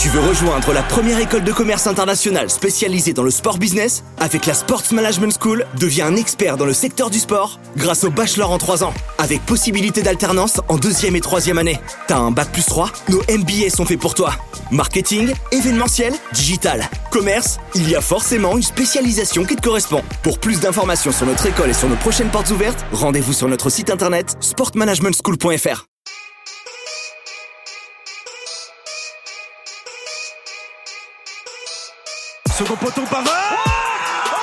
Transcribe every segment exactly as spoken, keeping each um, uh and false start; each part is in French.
Tu veux rejoindre la première école de commerce internationale spécialisée dans le sport business? Avec la Sports Management School, deviens un expert dans le secteur du sport grâce au bachelor en trois ans, avec possibilité d'alternance en deuxième et troisième année. T'as un bac plus trois? Nos M B A sont faits pour toi. Marketing, événementiel, digital, commerce, il y a forcément une spécialisation qui te correspond. Pour plus d'informations sur notre école et sur nos prochaines portes ouvertes, rendez-vous sur notre site internet sport management school point f r. Second poteau, Pavard. Oh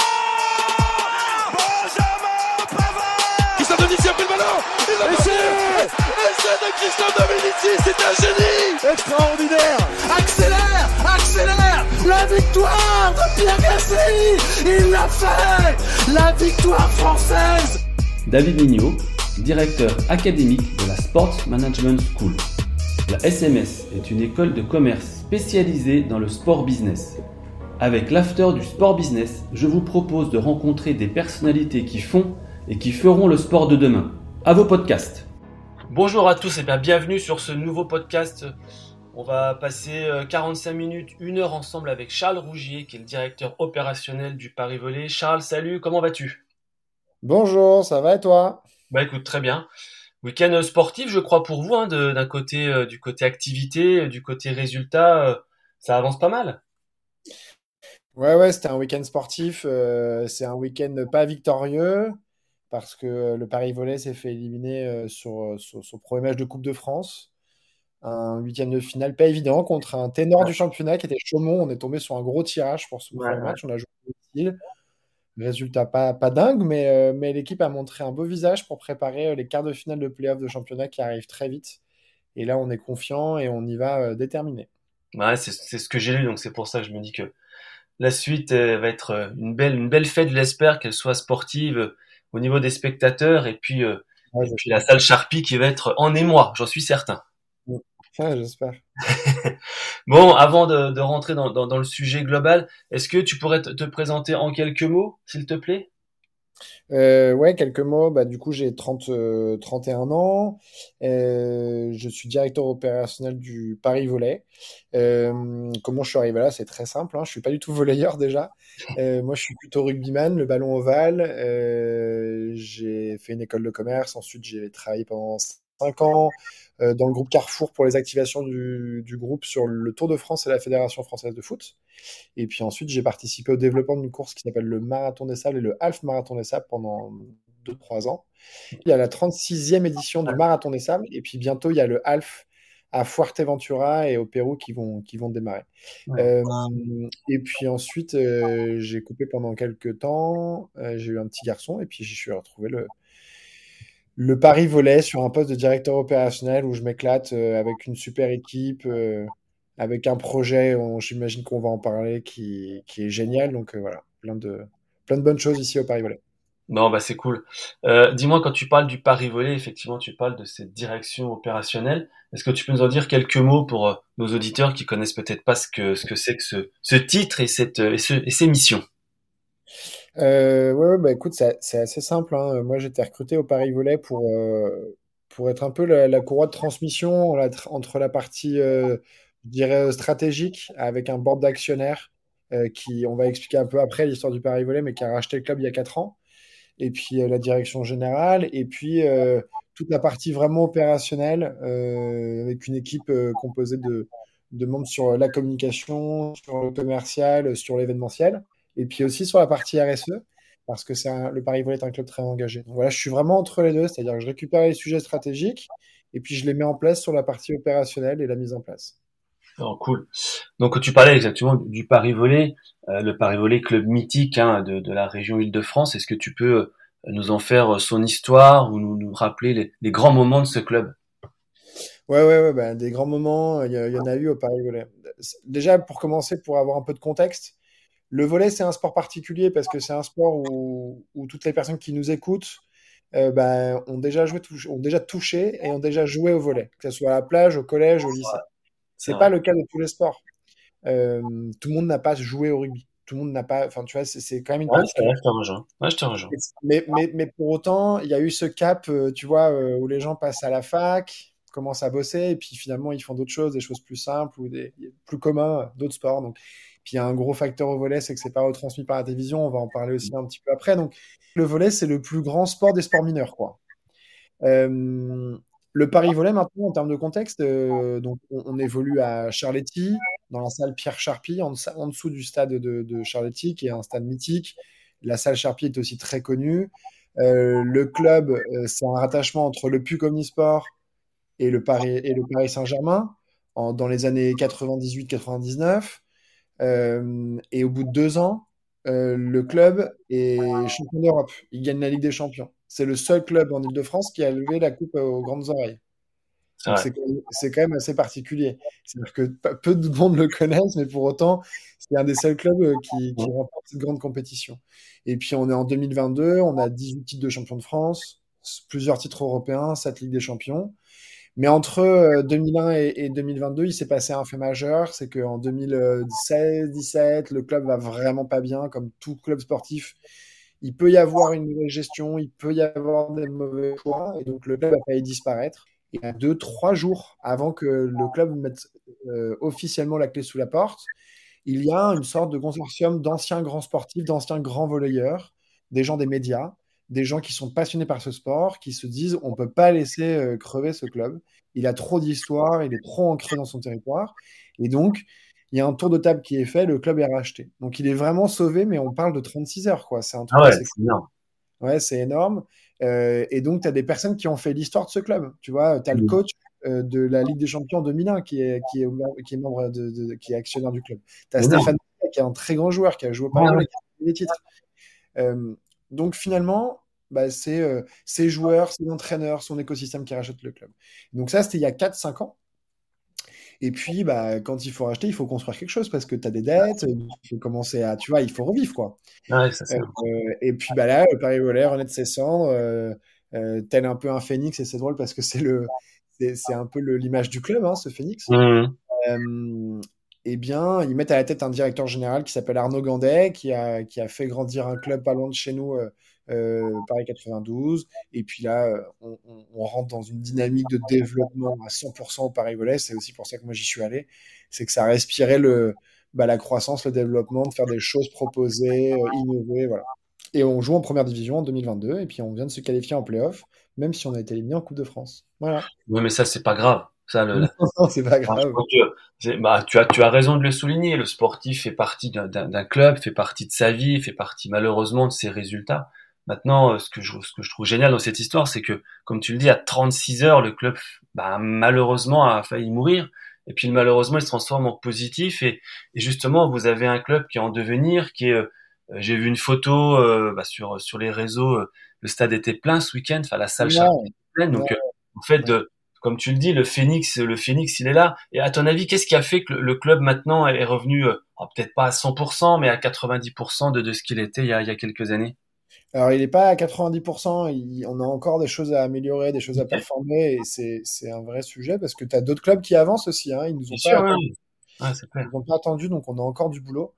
Benjamin Pavard. Christophe Dominici a pris le ballon. Il l'a marqué. Essai de Christophe Dominici, c'est un génie. Extraordinaire. Accélère, accélère. La victoire de Pierre Gasly. Il l'a fait. La victoire française. David Mignot, directeur académique de la Sports Management School. La S M S est une école de commerce spécialisée dans le sport business. Avec l'after du sport business, je vous propose de rencontrer des personnalités qui font et qui feront le sport de demain. À vos podcasts. Bonjour à tous et bien bienvenue sur ce nouveau podcast. On va passer quarante-cinq minutes, une heure ensemble avec Charles Rougier, qui est le directeur opérationnel du Paris Volley. Charles, salut, comment vas-tu? Bonjour, ça va et toi? Bah écoute, très bien. Week-end sportif, je crois, pour vous, hein, de, d'un côté, euh, du côté activité, du côté résultat, euh, ça avance pas mal. Ouais, ouais, c'était un week-end sportif. euh, c'est un week-end pas victorieux parce que le Paris Volley s'est fait éliminer euh, sur, sur son premier match de Coupe de France. Un huitième de finale pas évident contre un ténor Ouais, du championnat qui était Chaumont. On est tombé sur un gros tirage pour ce ouais, premier ouais. match. On a joué au style. Résultat pas, pas dingue, mais, euh, mais l'équipe a montré un beau visage pour préparer euh, les quarts de finale de play-off de championnat qui arrivent très vite. Et là, on est confiant et on y va euh, déterminé. Ouais, c'est, c'est ce que j'ai lu, donc c'est pour ça que je me dis que la suite euh, va être euh, une belle, une belle fête, je l'espère, qu'elle soit sportive euh, au niveau des spectateurs et puis, euh, Ouais, et puis la salle Charpie qui va être en émoi, j'en suis certain. j'espère. Ouais, j'espère. Bon, avant de, de rentrer dans, dans, dans le sujet global, est-ce que tu pourrais te, te présenter en quelques mots, s'il te plaît? Euh, ouais, quelques mots. Bah, du coup, j'ai trente, euh, trente et un ans. Euh, je suis directeur opérationnel du Paris Volley. Euh, comment je suis arrivé là? C'est très simple, hein. Je suis pas du tout volleyeur déjà. Euh, moi, je suis plutôt rugbyman, le ballon ovale. Euh, j'ai fait une école de commerce. Ensuite, j'ai travaillé pendant cinq ans euh, dans le groupe Carrefour pour les activations du, du groupe sur le Tour de France et la Fédération française de foot. Et puis ensuite, j'ai participé au développement d'une course qui s'appelle le Marathon des Sables et le Half Marathon des Sables pendant deux trois ans. Il y a la trente-sixième édition du Marathon des Sables, et puis bientôt, il y a le Half à Fuerteventura et au Pérou qui vont, qui vont démarrer. Ouais. Euh, et puis ensuite, euh, j'ai coupé pendant quelques temps, euh, j'ai eu un petit garçon, et puis je suis retrouvé le, le Paris Volley sur un poste de directeur opérationnel où je m'éclate euh, avec une super équipe, euh, avec un projet, on- j'imagine qu'on va en parler, qui, qui est génial. Donc euh, voilà, plein de, plein de bonnes choses ici au Paris Volley. Non, bah c'est cool. Euh, dis-moi, quand tu parles du Paris Volley, effectivement, tu parles de cette direction opérationnelle. Est-ce que tu peux nous en dire quelques mots pour euh, nos auditeurs qui connaissent peut-être pas ce que ce que c'est que ce, ce titre et cette euh, et, ce, et ces missions? Euh, ouais, ouais, bah écoute, c'est c'est assez simple, hein. Moi, j'étais recruté au Paris Volley pour, euh, pour être un peu la, la courroie de transmission la tr- entre la partie, euh, je dirais, euh, stratégique, avec un board d'actionnaires euh, qui, on va expliquer un peu après l'histoire du Paris Volley, mais qui a racheté le club il y a quatre ans, et puis euh, la direction générale, et puis euh, toute la partie vraiment opérationnelle, euh, avec une équipe euh, composée de, de membres sur la communication, sur le commercial, sur l'événementiel, et puis aussi sur la partie R S E, parce que c'est un- le Paris Volley est un club très engagé. Donc voilà, je suis vraiment entre les deux, c'est-à-dire que je récupère les sujets stratégiques, et puis je les mets en place sur la partie opérationnelle et la mise en place. Oh, cool. Donc tu parlais exactement du Paris Volley, euh, le Paris Volley club mythique, hein, de, de la région Île-de-France. Est-ce que tu peux euh, nous en faire euh, son histoire ou nous, nous rappeler les, les grands moments de ce club? Ouais, ouais, ouais, bah, des grands moments, il y, a- il y en a eu au Paris Volley. Déjà, pour commencer, pour avoir un peu de contexte, le volley, c'est un sport particulier parce que c'est un sport où, où toutes les personnes qui nous écoutent euh, bah, ont déjà joué, touch- ont déjà touché et ont déjà joué au volley, que ce soit à la plage, au collège, au lycée. C'est C'est vrai. pas le cas de tous les sports. Euh, tout le monde n'a pas joué au rugby. Tout le monde n'a pas, enfin, tu vois, c'est c'est quand même une Ouais, c'est vrai, particularité. je te rejoins. Ouais, je te rejoins. Mais, mais, mais pour autant, il y a eu ce cap, euh, tu vois, euh, où les gens passent à la fac, commencent à bosser, et puis finalement, ils font d'autres choses, des choses plus simples ou des plus communs, d'autres sports. Donc, puis il y a un gros facteur au volley, c'est que c'est pas retransmis par la télévision. On va en parler aussi un petit peu après. Donc, le volley, c'est le plus grand sport des sports mineurs, quoi. Euh, le Paris Volley, maintenant, en termes de contexte, euh, donc on, on évolue à Charletti, dans la salle Pierre Charpie, en, en dessous du stade de, de Charletti, qui est un stade mythique. La salle Charpie est aussi très connue. Euh, le club, euh, c'est un rattachement entre le Puc Omnisport et le Paris, et le Paris Saint-Germain en, dans les années quatre-vingt-dix-huit quatre-vingt-dix-neuf. Euh, et au bout de deux ans, euh, le club est champion d'Europe. Il gagne la Ligue des Champions. C'est le seul club en Île-de-France qui a levé la coupe aux grandes oreilles. C'est Donc vrai. c'est quand même- c'est quand même assez particulier. C'est-à-dire que pe- peu de monde le connaissent, mais pour autant, c'est un des seuls clubs euh, qui, qui remporte cette grande compétition. Et puis on est en deux mille vingt-deux, on a dix-huit titres de champion de France, plusieurs titres européens, sept Ligues des Champions. Mais entre euh, deux mille un et, et deux mille vingt-deux, il s'est passé un fait majeur, c'est qu'en deux mille seize dix-sept, le club va vraiment pas bien, comme tout club sportif. Il peut y avoir une mauvaise gestion, il peut y avoir des mauvais choix, et donc le club a failli disparaître. Et à deux, trois jours avant que le club mette euh, officiellement la clé sous la porte, il y a une sorte de consortium d'anciens grands sportifs, d'anciens grands volleyeurs, des gens des médias, des gens qui sont passionnés par ce sport, qui se disent on ne peut pas laisser euh, crever ce club. Il a trop d'histoire, il est trop ancré dans son territoire. Et donc, il y a un tour de table qui est fait, le club est racheté. Donc, il est vraiment sauvé, mais on parle de trente-six heures, quoi. C'est un Ah truc ouais, assez c'est bien. Ouais, c'est énorme. Euh, et donc, tu as des personnes qui ont fait l'histoire de ce club. Tu vois, tu as le Mm. coach euh, de la Ligue des Champions en deux mille un qui est, qui est, qui est membre de, de- qui est actionnaire du club. Tu as Énorme. Stéphane Baudet, qui est un très grand joueur, qui a joué au Ouais, Paris ouais. Volley, qui a gagné des titres. Euh, donc, finalement, bah, c'est euh, ses joueurs, ses entraîneurs, son écosystème qui rachète le club. Donc, ça, c'était il y a quatre cinq ans. Et puis, bah, quand il faut racheter, il faut construire quelque chose parce que tu as des dettes, il faut commencer à, tu vois, il faut revivre, quoi. Ouais, ça Euh, c'est. euh, et puis bah là, le Paris Volley renaît de ses cendres, euh, euh, tel un peu un phénix, et c'est drôle parce que c'est le, c'est, c'est un peu le- l'image du club, hein, ce phénix. Mhm. Euh, eh bien, ils mettent à la tête un directeur général qui s'appelle Arnaud Gandet, qui a, qui a fait grandir un club pas loin de chez nous, euh, euh, Paris quatre-vingt-douze. Et puis là, euh, on, on- on rentre dans une dynamique de développement à cent pour cent au Paris Volley. C'est aussi pour ça que moi j'y suis allé. C'est que ça respirait le, bah, la croissance, le développement, de faire des choses proposées, euh, innover, voilà. Et on joue en première division en deux mille vingt-deux, et puis on vient de se qualifier en play-off, même si on a été éliminé en Coupe de France. Voilà. Ouais, mais ça c'est pas grave. Ça, le, Non, c'est pas Enfin, je grave. crois que c'est- bah, tu as, tu as raison de le souligner. Le sportif fait partie d'un d'un- d'un club, fait partie de sa vie, fait partie malheureusement de ses résultats. Maintenant, euh, ce que je, ce que je trouve génial dans cette histoire, c'est que, comme tu le dis, à trente-six heures, le club, bah, malheureusement, a failli mourir. Et puis, malheureusement, il se transforme en positif. Et, et justement, vous avez un club qui est en devenir, qui est, euh, j'ai vu une photo euh, bah, sur sur les réseaux. euh, le stade était plein ce week-end. Enfin, la salle Charles Ouais, était pleine. ouais. Donc, euh, en fait, de, comme tu le dis, le Phoenix, le Phoenix, il est là. Et à ton avis, qu'est-ce qui a fait que le, le club maintenant est revenu, euh, oh, peut-être pas à cent pour cent, mais à quatre-vingt-dix pour cent de, de ce qu'il était il y a, il y a quelques années? Alors, il n'est pas à quatre-vingt-dix pour cent, il- on a encore des choses à améliorer, des choses à Ok. performer, et c'est, c'est un vrai sujet parce que tu as d'autres clubs qui avancent aussi, hein, ils nous Bien ont sûr, pas, oui. Ouais, c'est ils clair. nous ont pas attendus, donc on a encore du boulot.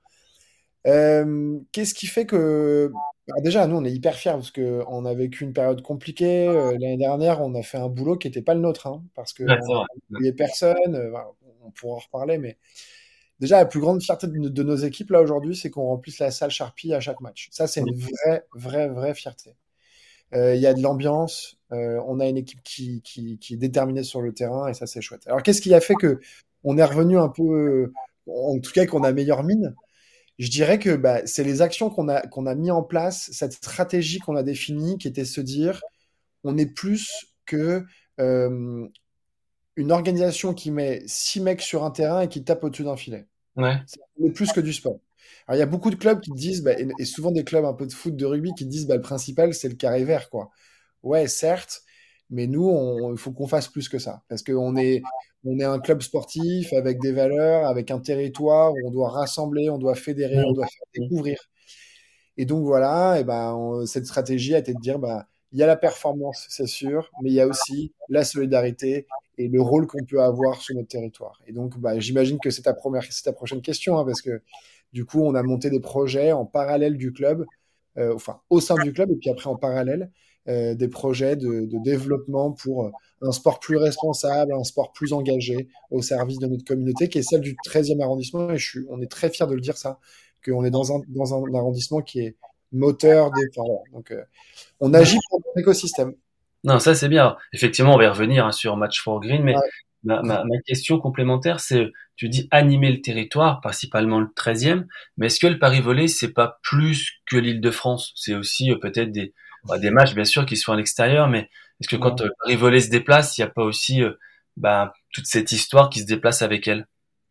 Euh, qu'est-ce qui fait que... Alors déjà, nous, on est hyper fiers parce qu'on a vécu une période compliquée. Euh, l'année dernière, on a fait un boulot qui n'était pas le nôtre, hein, parce Ouais, qu'on c'est n'a vrai. pas payé personne. euh, voilà, on pourra en reparler, mais déjà, la plus grande fierté de, de nos équipes, là, aujourd'hui, c'est qu'on remplisse la salle Charpie à chaque match. Ça, c'est une vraie, vraie, vraie fierté. Euh, Il y a de l'ambiance, euh, on a une équipe qui, qui, qui est déterminée sur le terrain, et ça, c'est chouette. Alors, qu'est-ce qui a fait que on est revenu un peu, euh, en tout cas, qu'on a meilleure mine? Je dirais que bah, c'est les actions qu'on a, qu'on a mis en place, cette stratégie qu'on a définie, qui était de se dire, on est plus que euh, une organisation qui met six mecs sur un terrain et qui tape au-dessus d'un filet. Ouais. C'est on est plus que du sport. Alors, il y a beaucoup de clubs qui te disent, bah, et, et souvent des clubs un peu de foot, de rugby, qui te disent, bah, le principal, c'est le carré vert, quoi. Ouais, certes, mais nous, on- il faut qu'on fasse plus que ça. Parce qu'on est, on est un club sportif avec des valeurs, avec un territoire où on doit rassembler, on doit fédérer, on doit faire découvrir. Et donc voilà, et ben, on- cette stratégie a été de dire, bah, il y a la performance, c'est sûr, mais il y a aussi la solidarité et le rôle qu'on peut avoir sur notre territoire. Et donc, bah, j'imagine que c'est ta première, c'est ta prochaine question, hein, parce que du coup, on a monté des projets en parallèle du club, euh, enfin au sein du club, et puis après en parallèle, euh, des projets de, de développement pour un sport plus responsable, un sport plus engagé au service de notre communauté, qui est celle du treizième arrondissement. Et je suis, on est très fiers de le dire, ça, qu'on est dans un, dans un arrondissement qui est moteur des. Enfin, voilà. Donc, euh, on agit pour un écosystème. Non, ça c'est bien. Effectivement, on va y revenir hein, sur Match for Green, mais Ouais. ma, ma, ma question complémentaire, c'est, tu dis animer le territoire, principalement le treizième, mais est-ce que le Paris-Volley, c'est pas plus que l'Île-de-France? C'est aussi euh, peut-être des, bah, des matchs, bien sûr, qui sont à l'extérieur, mais est-ce que quand Ouais. euh, le Paris-Volley se déplace, il n'y a pas aussi euh, bah, toute cette histoire qui se déplace avec elle?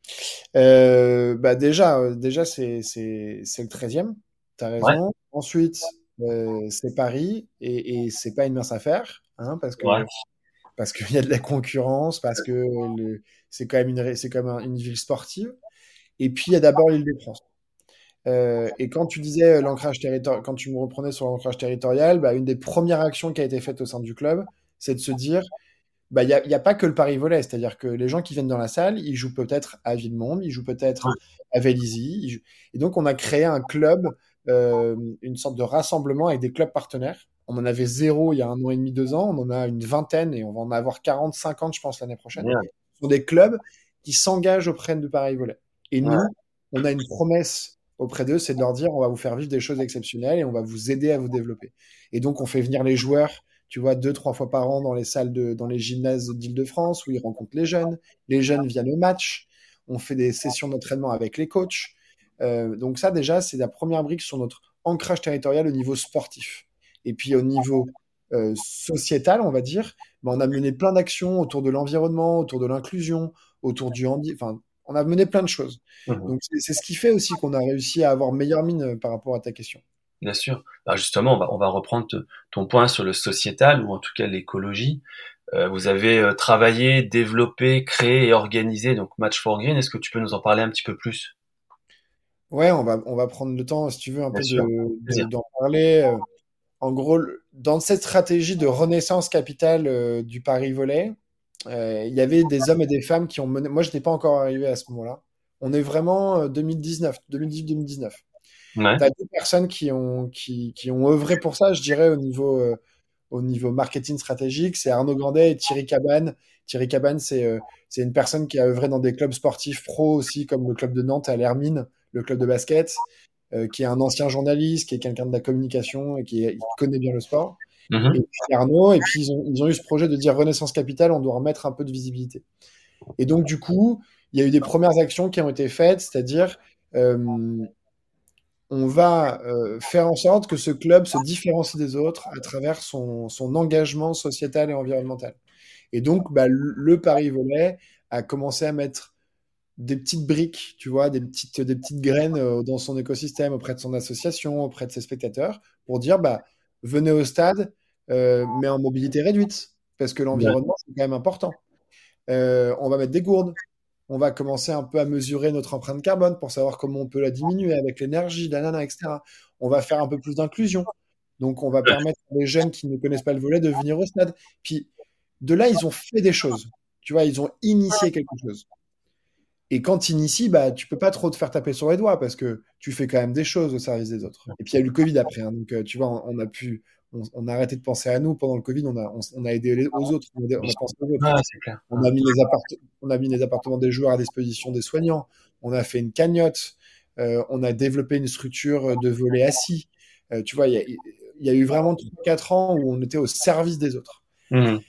Euh, bah déjà, euh, déjà c'est c'est c'est le treizième. T'as Ouais, raison. Ensuite, euh, c'est Paris et, et c'est pas une mince affaire, hein, parce ouais, que parce qu'il y a de la concurrence, parce que le, c'est quand même une ré- c'est quand même un- une ville sportive. Et puis il y a d'abord l'Île-de-France. Euh, et quand tu disais euh, l'ancrage territorial, quand tu me reprenais sur l'ancrage territorial, bah, une des premières actions qui a été faite au sein du club, c'est de se dire bah, il n'y a, y a pas que le Paris-Volley, c'est-à-dire que les gens qui viennent dans la salle, ils jouent peut-être à Villemonde, ils jouent peut-être ouais, à Vélizy. ils jouent- Et donc, on a créé un club, euh, une sorte de rassemblement avec des clubs partenaires. On en avait zéro il y a un an et demi, deux ans. On en a une vingtaine et on va en avoir quarante, cinquante, je pense, l'année prochaine. génial. Ce sont des clubs qui s'engagent auprès du Paris-Volley. Et Ouais, nous, on a une promesse auprès d'eux, c'est de leur dire on va vous faire vivre des choses exceptionnelles et on va vous aider à vous développer. Et donc, on fait venir les joueurs tu vois, deux, trois fois par an dans les salles de, dans les gymnases d'Île-de-France où ils rencontrent les jeunes. Les jeunes viennent au match. On fait des sessions d'entraînement avec les coachs. Euh, donc ça, déjà, c'est la première brique sur notre ancrage territorial au niveau sportif. Et puis au niveau euh, sociétal, on va dire, ben, on a mené plein d'actions autour de l'environnement, autour de l'inclusion, autour du handi. Enfin, on a mené plein de choses. mhm, Donc c'est c'est ce qui fait aussi qu'on a réussi à avoir meilleure mine euh, par rapport à ta question. bien sûr. Alors justement, on va, on va reprendre te- ton point sur le sociétal, ou en tout cas l'écologie. Euh, vous avez euh, travaillé, développé, créé et organisé donc Match for Green. Est-ce que tu peux nous en parler un petit peu plus? Ouais, on va, on va prendre le temps, si tu veux, un Bien peu de, sûr, de- plaisir. d'en parler. Euh, En gros, le- dans cette stratégie de renaissance capitale euh, du Paris-Volley, euh, il y avait des hommes et des femmes qui ont mené. Moi, je n'étais pas encore arrivé à ce moment-là. On est vraiment euh, deux mille dix-neuf, deux mille dix-huit deux mille dix-neuf. Ouais, Tu as deux personnes qui ont, qui, qui ont œuvré pour ça, je dirais, au niveau, euh, au niveau marketing stratégique. C'est Arnaud Grandet et Thierry Cabane. Thierry Cabane, c'est euh, c'est une personne qui a œuvré dans des clubs sportifs pro aussi, comme le club de Nantes à l'Hermine, le club de basket, euh, qui est un ancien journaliste, qui est quelqu'un de la communication et qui est- il connaît bien le sport. Et mhm, puis Arnaud, et puis ils ont, ils ont eu ce projet de dire Renaissance Capitale, on doit remettre un peu de visibilité. Et donc, du coup, il y a eu des premières actions qui ont été faites, c'est-à-dire euh, on va euh, faire en sorte que ce club se différencie des autres à travers son, son engagement sociétal et environnemental. Et donc, bah, le le Paris Volley a commencé à mettre des petites briques, tu vois, des petites, des petites graines euh, dans son écosystème, auprès de son association, auprès de ses spectateurs, pour dire, bah, venez au stade, euh, mais en mobilité réduite, parce que ouais, l'environnement, c'est quand même important. Euh, on va mettre des gourdes, on va commencer un peu à mesurer notre empreinte carbone pour savoir comment on peut la diminuer avec l'énergie, la nana, et cetera. On va faire un peu plus d'inclusion. Donc, on va permettre à les jeunes qui ne connaissent pas le volet de venir au stade. Puis, de là, ils ont fait des choses. Tu vois, ils ont initié quelque chose. Et quand tu inities, bah, tu peux pas trop te faire taper sur les doigts parce que tu fais quand même des choses au service des autres. Et puis il y a eu le Covid après, hein, donc euh, tu vois, on, on a pu, on, on a arrêté de penser à nous pendant le Covid, on a, on, on a aidé les- aux autres, on a, on a pensé aux autres. ouais, c'est clair. On a mis les appart- on a mis les appartements des joueurs à disposition des soignants. On a fait une cagnotte. Euh, on a développé une structure de volet assis. Euh, tu vois, il y a, il y a eu vraiment trois quatre ans où on était au service des autres. Mhm,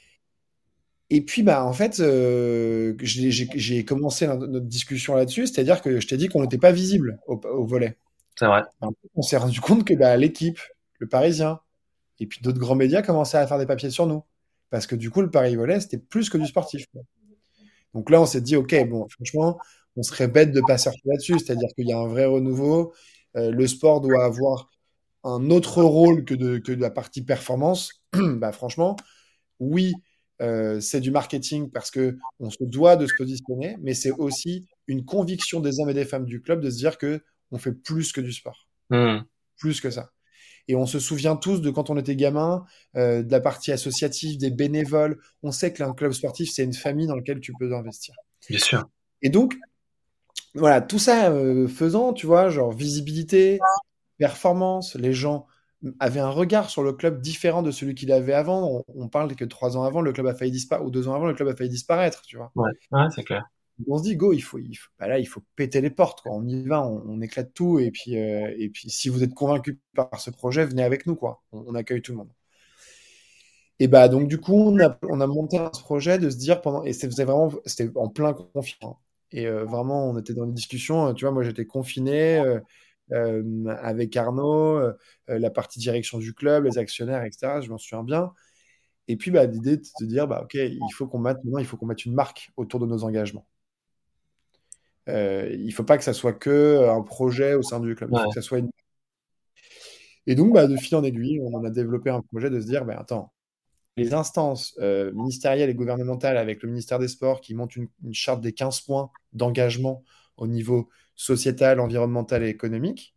Et puis, bah, en fait, euh, j'ai j'ai- j'ai commencé la- notre discussion là-dessus, c'est-à-dire que je t'ai dit qu'on n'était pas visible au, au volet. c'est vrai. En fait, on s'est rendu compte que bah, l'équipe, le Parisien, et puis d'autres grands médias commençaient à faire des papiers sur nous. Parce que du coup, le Paris Volley, c'était plus que du sportif, quoi. Donc là, on s'est dit, OK, bon, franchement, on serait bête de pas surfer là-dessus, c'est-à-dire qu'il y a un vrai renouveau. Euh, le sport doit avoir un autre rôle que de, que de la partie performance. Bah, franchement, oui, euh, c'est du marketing parce que on se doit de se positionner, mais c'est aussi une conviction des hommes et des femmes du club de se dire que on fait plus que du sport, Mhm, plus que ça. Et on se souvient tous de quand on était gamin, euh, de la partie associative, des bénévoles. On sait qu'un club sportif, c'est une famille dans laquelle tu peux investir. bien sûr. Et donc, voilà, tout ça euh, faisant, tu vois, genre visibilité, performance, les gens avait un regard sur le club différent de celui qu'il avait avant. On, on parle que trois ans avant, le club a failli disparaître, ou deux ans avant, le club a failli disparaître, tu vois. Ouais, ouais, c'est clair. On se dit, go, il faut, il faut, bah là, il faut péter les portes, quoi. On y va, on, on éclate tout, et puis, euh, et puis, si vous êtes convaincu par ce projet, venez avec nous, quoi. On, on accueille tout le monde. Et bah, donc, du coup, on a, on a monté un projet de se dire pendant, et c'était vraiment, c'était en plein confinement. Et euh, vraiment, on était dans une discussion, tu vois, moi, j'étais confiné, euh, euh, avec Arnaud, euh, la partie direction du club, les actionnaires, et cetera. Je m'en souviens bien. Et puis, bah, l'idée de se dire, bah, OK, il faut qu'on mette, maintenant, il faut qu'on mette une marque autour de nos engagements. Euh, il ne faut pas que ça soit que un projet au sein du club. Il faut Ouais. que ça soit une... Et donc, bah, de fil en aiguille, on en a développé un projet de se dire, bah, attends, les instances euh, ministérielles et gouvernementales avec le ministère des Sports qui montent une, une charte des quinze points d'engagement au niveau sociétal, environnemental et économique,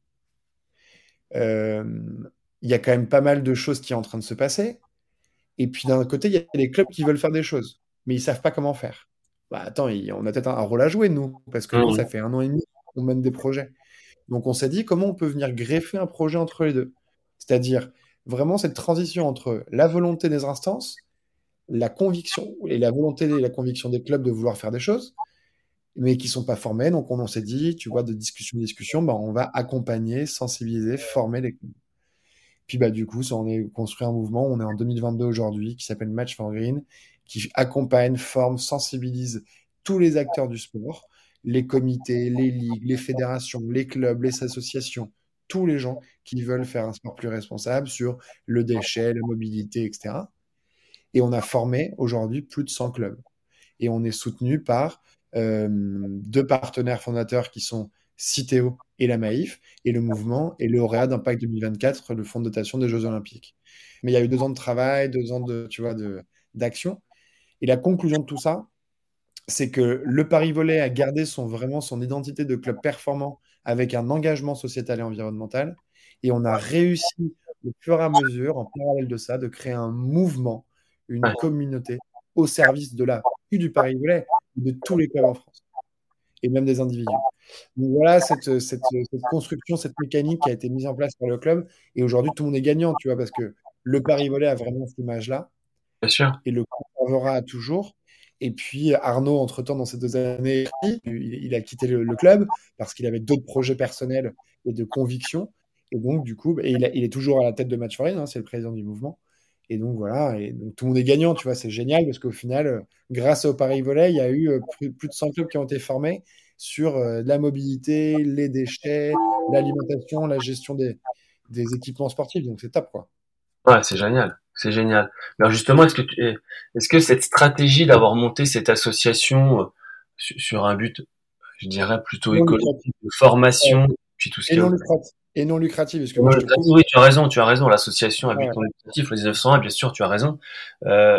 euh, il y a quand même pas mal de choses qui sont en train de se passer. Et puis d'un côté, il y a les clubs qui veulent faire des choses, mais ils ne savent pas comment faire. Bah, attends, il- on a peut-être un, un rôle à jouer, nous, parce que nous, ça Mhm. fait un an et demi qu'on mène des projets. Donc on s'est dit comment on peut venir greffer un projet entre les deux. C'est-à-dire vraiment cette transition entre la volonté des instances, la conviction et la volonté et la conviction des clubs de vouloir faire des choses, mais qui ne sont pas formés. Donc on, on s'est dit, tu vois, de discussion en discussion, bah, on va accompagner, sensibiliser, former les clubs. Puis bah, du coup, ça, on est construit un mouvement, on est en deux mille vingt-deux aujourd'hui, qui s'appelle Match for Green, qui accompagne, forme, sensibilise tous les acteurs du sport, les comités, les ligues, les fédérations, les clubs, les associations, tous les gens qui veulent faire un sport plus responsable sur le déchet, la mobilité, et cetera. Et on a formé aujourd'hui plus de cent clubs. Et on est soutenu par euh, deux partenaires fondateurs qui sont Citeo et la Maïf, et le mouvement est lauréat d'Impact deux mille vingt-quatre, le fonds de dotation des Jeux Olympiques. Mais il y a eu deux ans de travail, deux ans de, tu vois, de, d'action. Et la conclusion de tout ça, c'est que le Paris Volley a gardé son, vraiment son identité de club performant avec un engagement sociétal et environnemental. Et on a réussi, au fur et à mesure, en parallèle de ça, de créer un mouvement, une Ouais. communauté au service de la, plus du Paris Volley, de tous les clubs en France, et même des individus. Donc voilà cette, cette, cette construction, cette mécanique qui a été mise en place par le club. Et aujourd'hui, tout le monde est gagnant, tu vois, parce que le Paris Volley a vraiment cette image-là Bien sûr. et le conservera toujours. Et puis Arnaud, entre-temps, dans ces deux années, il, il a quitté le, le club parce qu'il avait d'autres projets personnels et de convictions. Et donc, du coup, et il, a- il est toujours à la tête de Match for All, hein, c'est le président du mouvement. Et donc, voilà, et donc, tout le monde est gagnant, tu vois, c'est génial parce qu'au final, euh, grâce au Paris Volley, il y a eu euh, plus, plus de cent clubs qui ont été formés sur euh, la mobilité, les déchets, l'alimentation, la gestion des, des équipements sportifs. Donc, c'est top, quoi. Ouais, c'est génial. C'est génial. Alors justement, est-ce que tu, est-ce que cette stratégie d'avoir monté cette association euh, sur, sur un but, je dirais plutôt Non écologique, lucratif. de formation, puis tout ce Et qui est non lucratif. Et non lucratif, Et excuse-moi, non je te coupe. lucratif, oui, tu as raison, tu as raison. L'association à but Ouais. non lucratif, le dix-neuf cent un, bien sûr, tu as raison. Euh,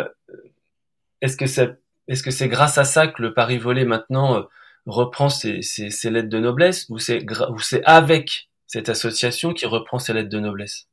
est-ce que c'est, est-ce que c'est grâce à ça que le Paris Volley maintenant euh, reprend ses, ses, ses lettres de noblesse, ou c'est, gra- ou c'est avec cette association qui reprend ses lettres de noblesse?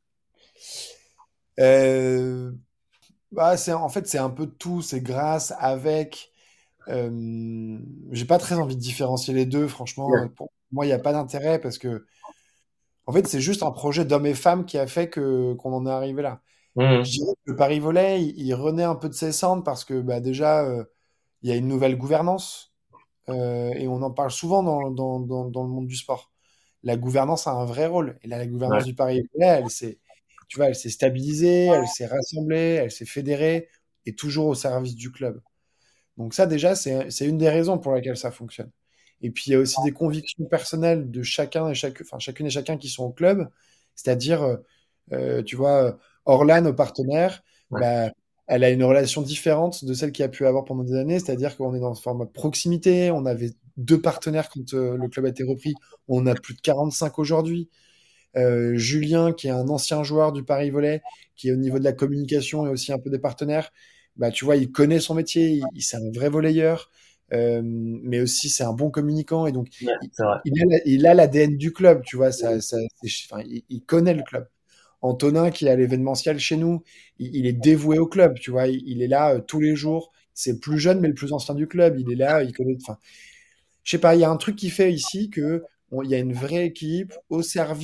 Euh, bah, c'est, en fait, c'est un peu de tout. C'est grâce, avec. Euh, j'ai pas très envie de différencier les deux, franchement. Ouais. Pour moi, il n'y a pas d'intérêt parce que, en fait, c'est juste un projet d'hommes et femmes qui a fait que qu'on en est arrivé là. Je Mhm. dirais que le Paris Volley, il, il renaît un peu de ses cendres parce que bah, déjà, euh, il y a une nouvelle gouvernance euh, et on en parle souvent dans, dans, dans, dans le monde du sport. La gouvernance a un vrai rôle. Et là, la Ouais. gouvernance du Paris Volley, elle s'est, tu vois, elle s'est stabilisée, elle s'est rassemblée, elle s'est fédérée et toujours au service du club. Donc ça, déjà, c'est c'est une des raisons pour laquelle ça fonctionne. Et puis, il y a aussi des convictions personnelles de chacun et chaque, enfin, chacune et chacun qui sont au club. C'est-à-dire, euh, euh, tu vois, Orlan, nos partenaires, Ouais. bah, elle a une relation différente de celle qu'il y a pu avoir pendant des années. C'est-à-dire qu'on est dans un format de proximité. On avait deux partenaires quand euh, le club a été repris. On a plus de quarante-cinq aujourd'hui. Euh, Julien, qui est un ancien joueur du Paris Volley, qui est au niveau de la communication et aussi un peu des partenaires, bah, tu vois, il connaît son métier, il, il- c'est un vrai volleyeur, euh, mais aussi c'est un bon communicant et donc Ouais, il, c'est vrai. il a, la- il a l'A D N du club, tu vois, ça, ça, c'est- enfin, il, il connaît le club. Antonin, qui est à l'événementiel chez nous, il, il est dévoué au club, tu vois, il, il est là euh, tous les jours. C'est le plus jeune, mais le plus ancien du club. Il est là, il connaît. Enfin, je sais pas, il y a un truc qui fait ici que on- il y a une vraie équipe au service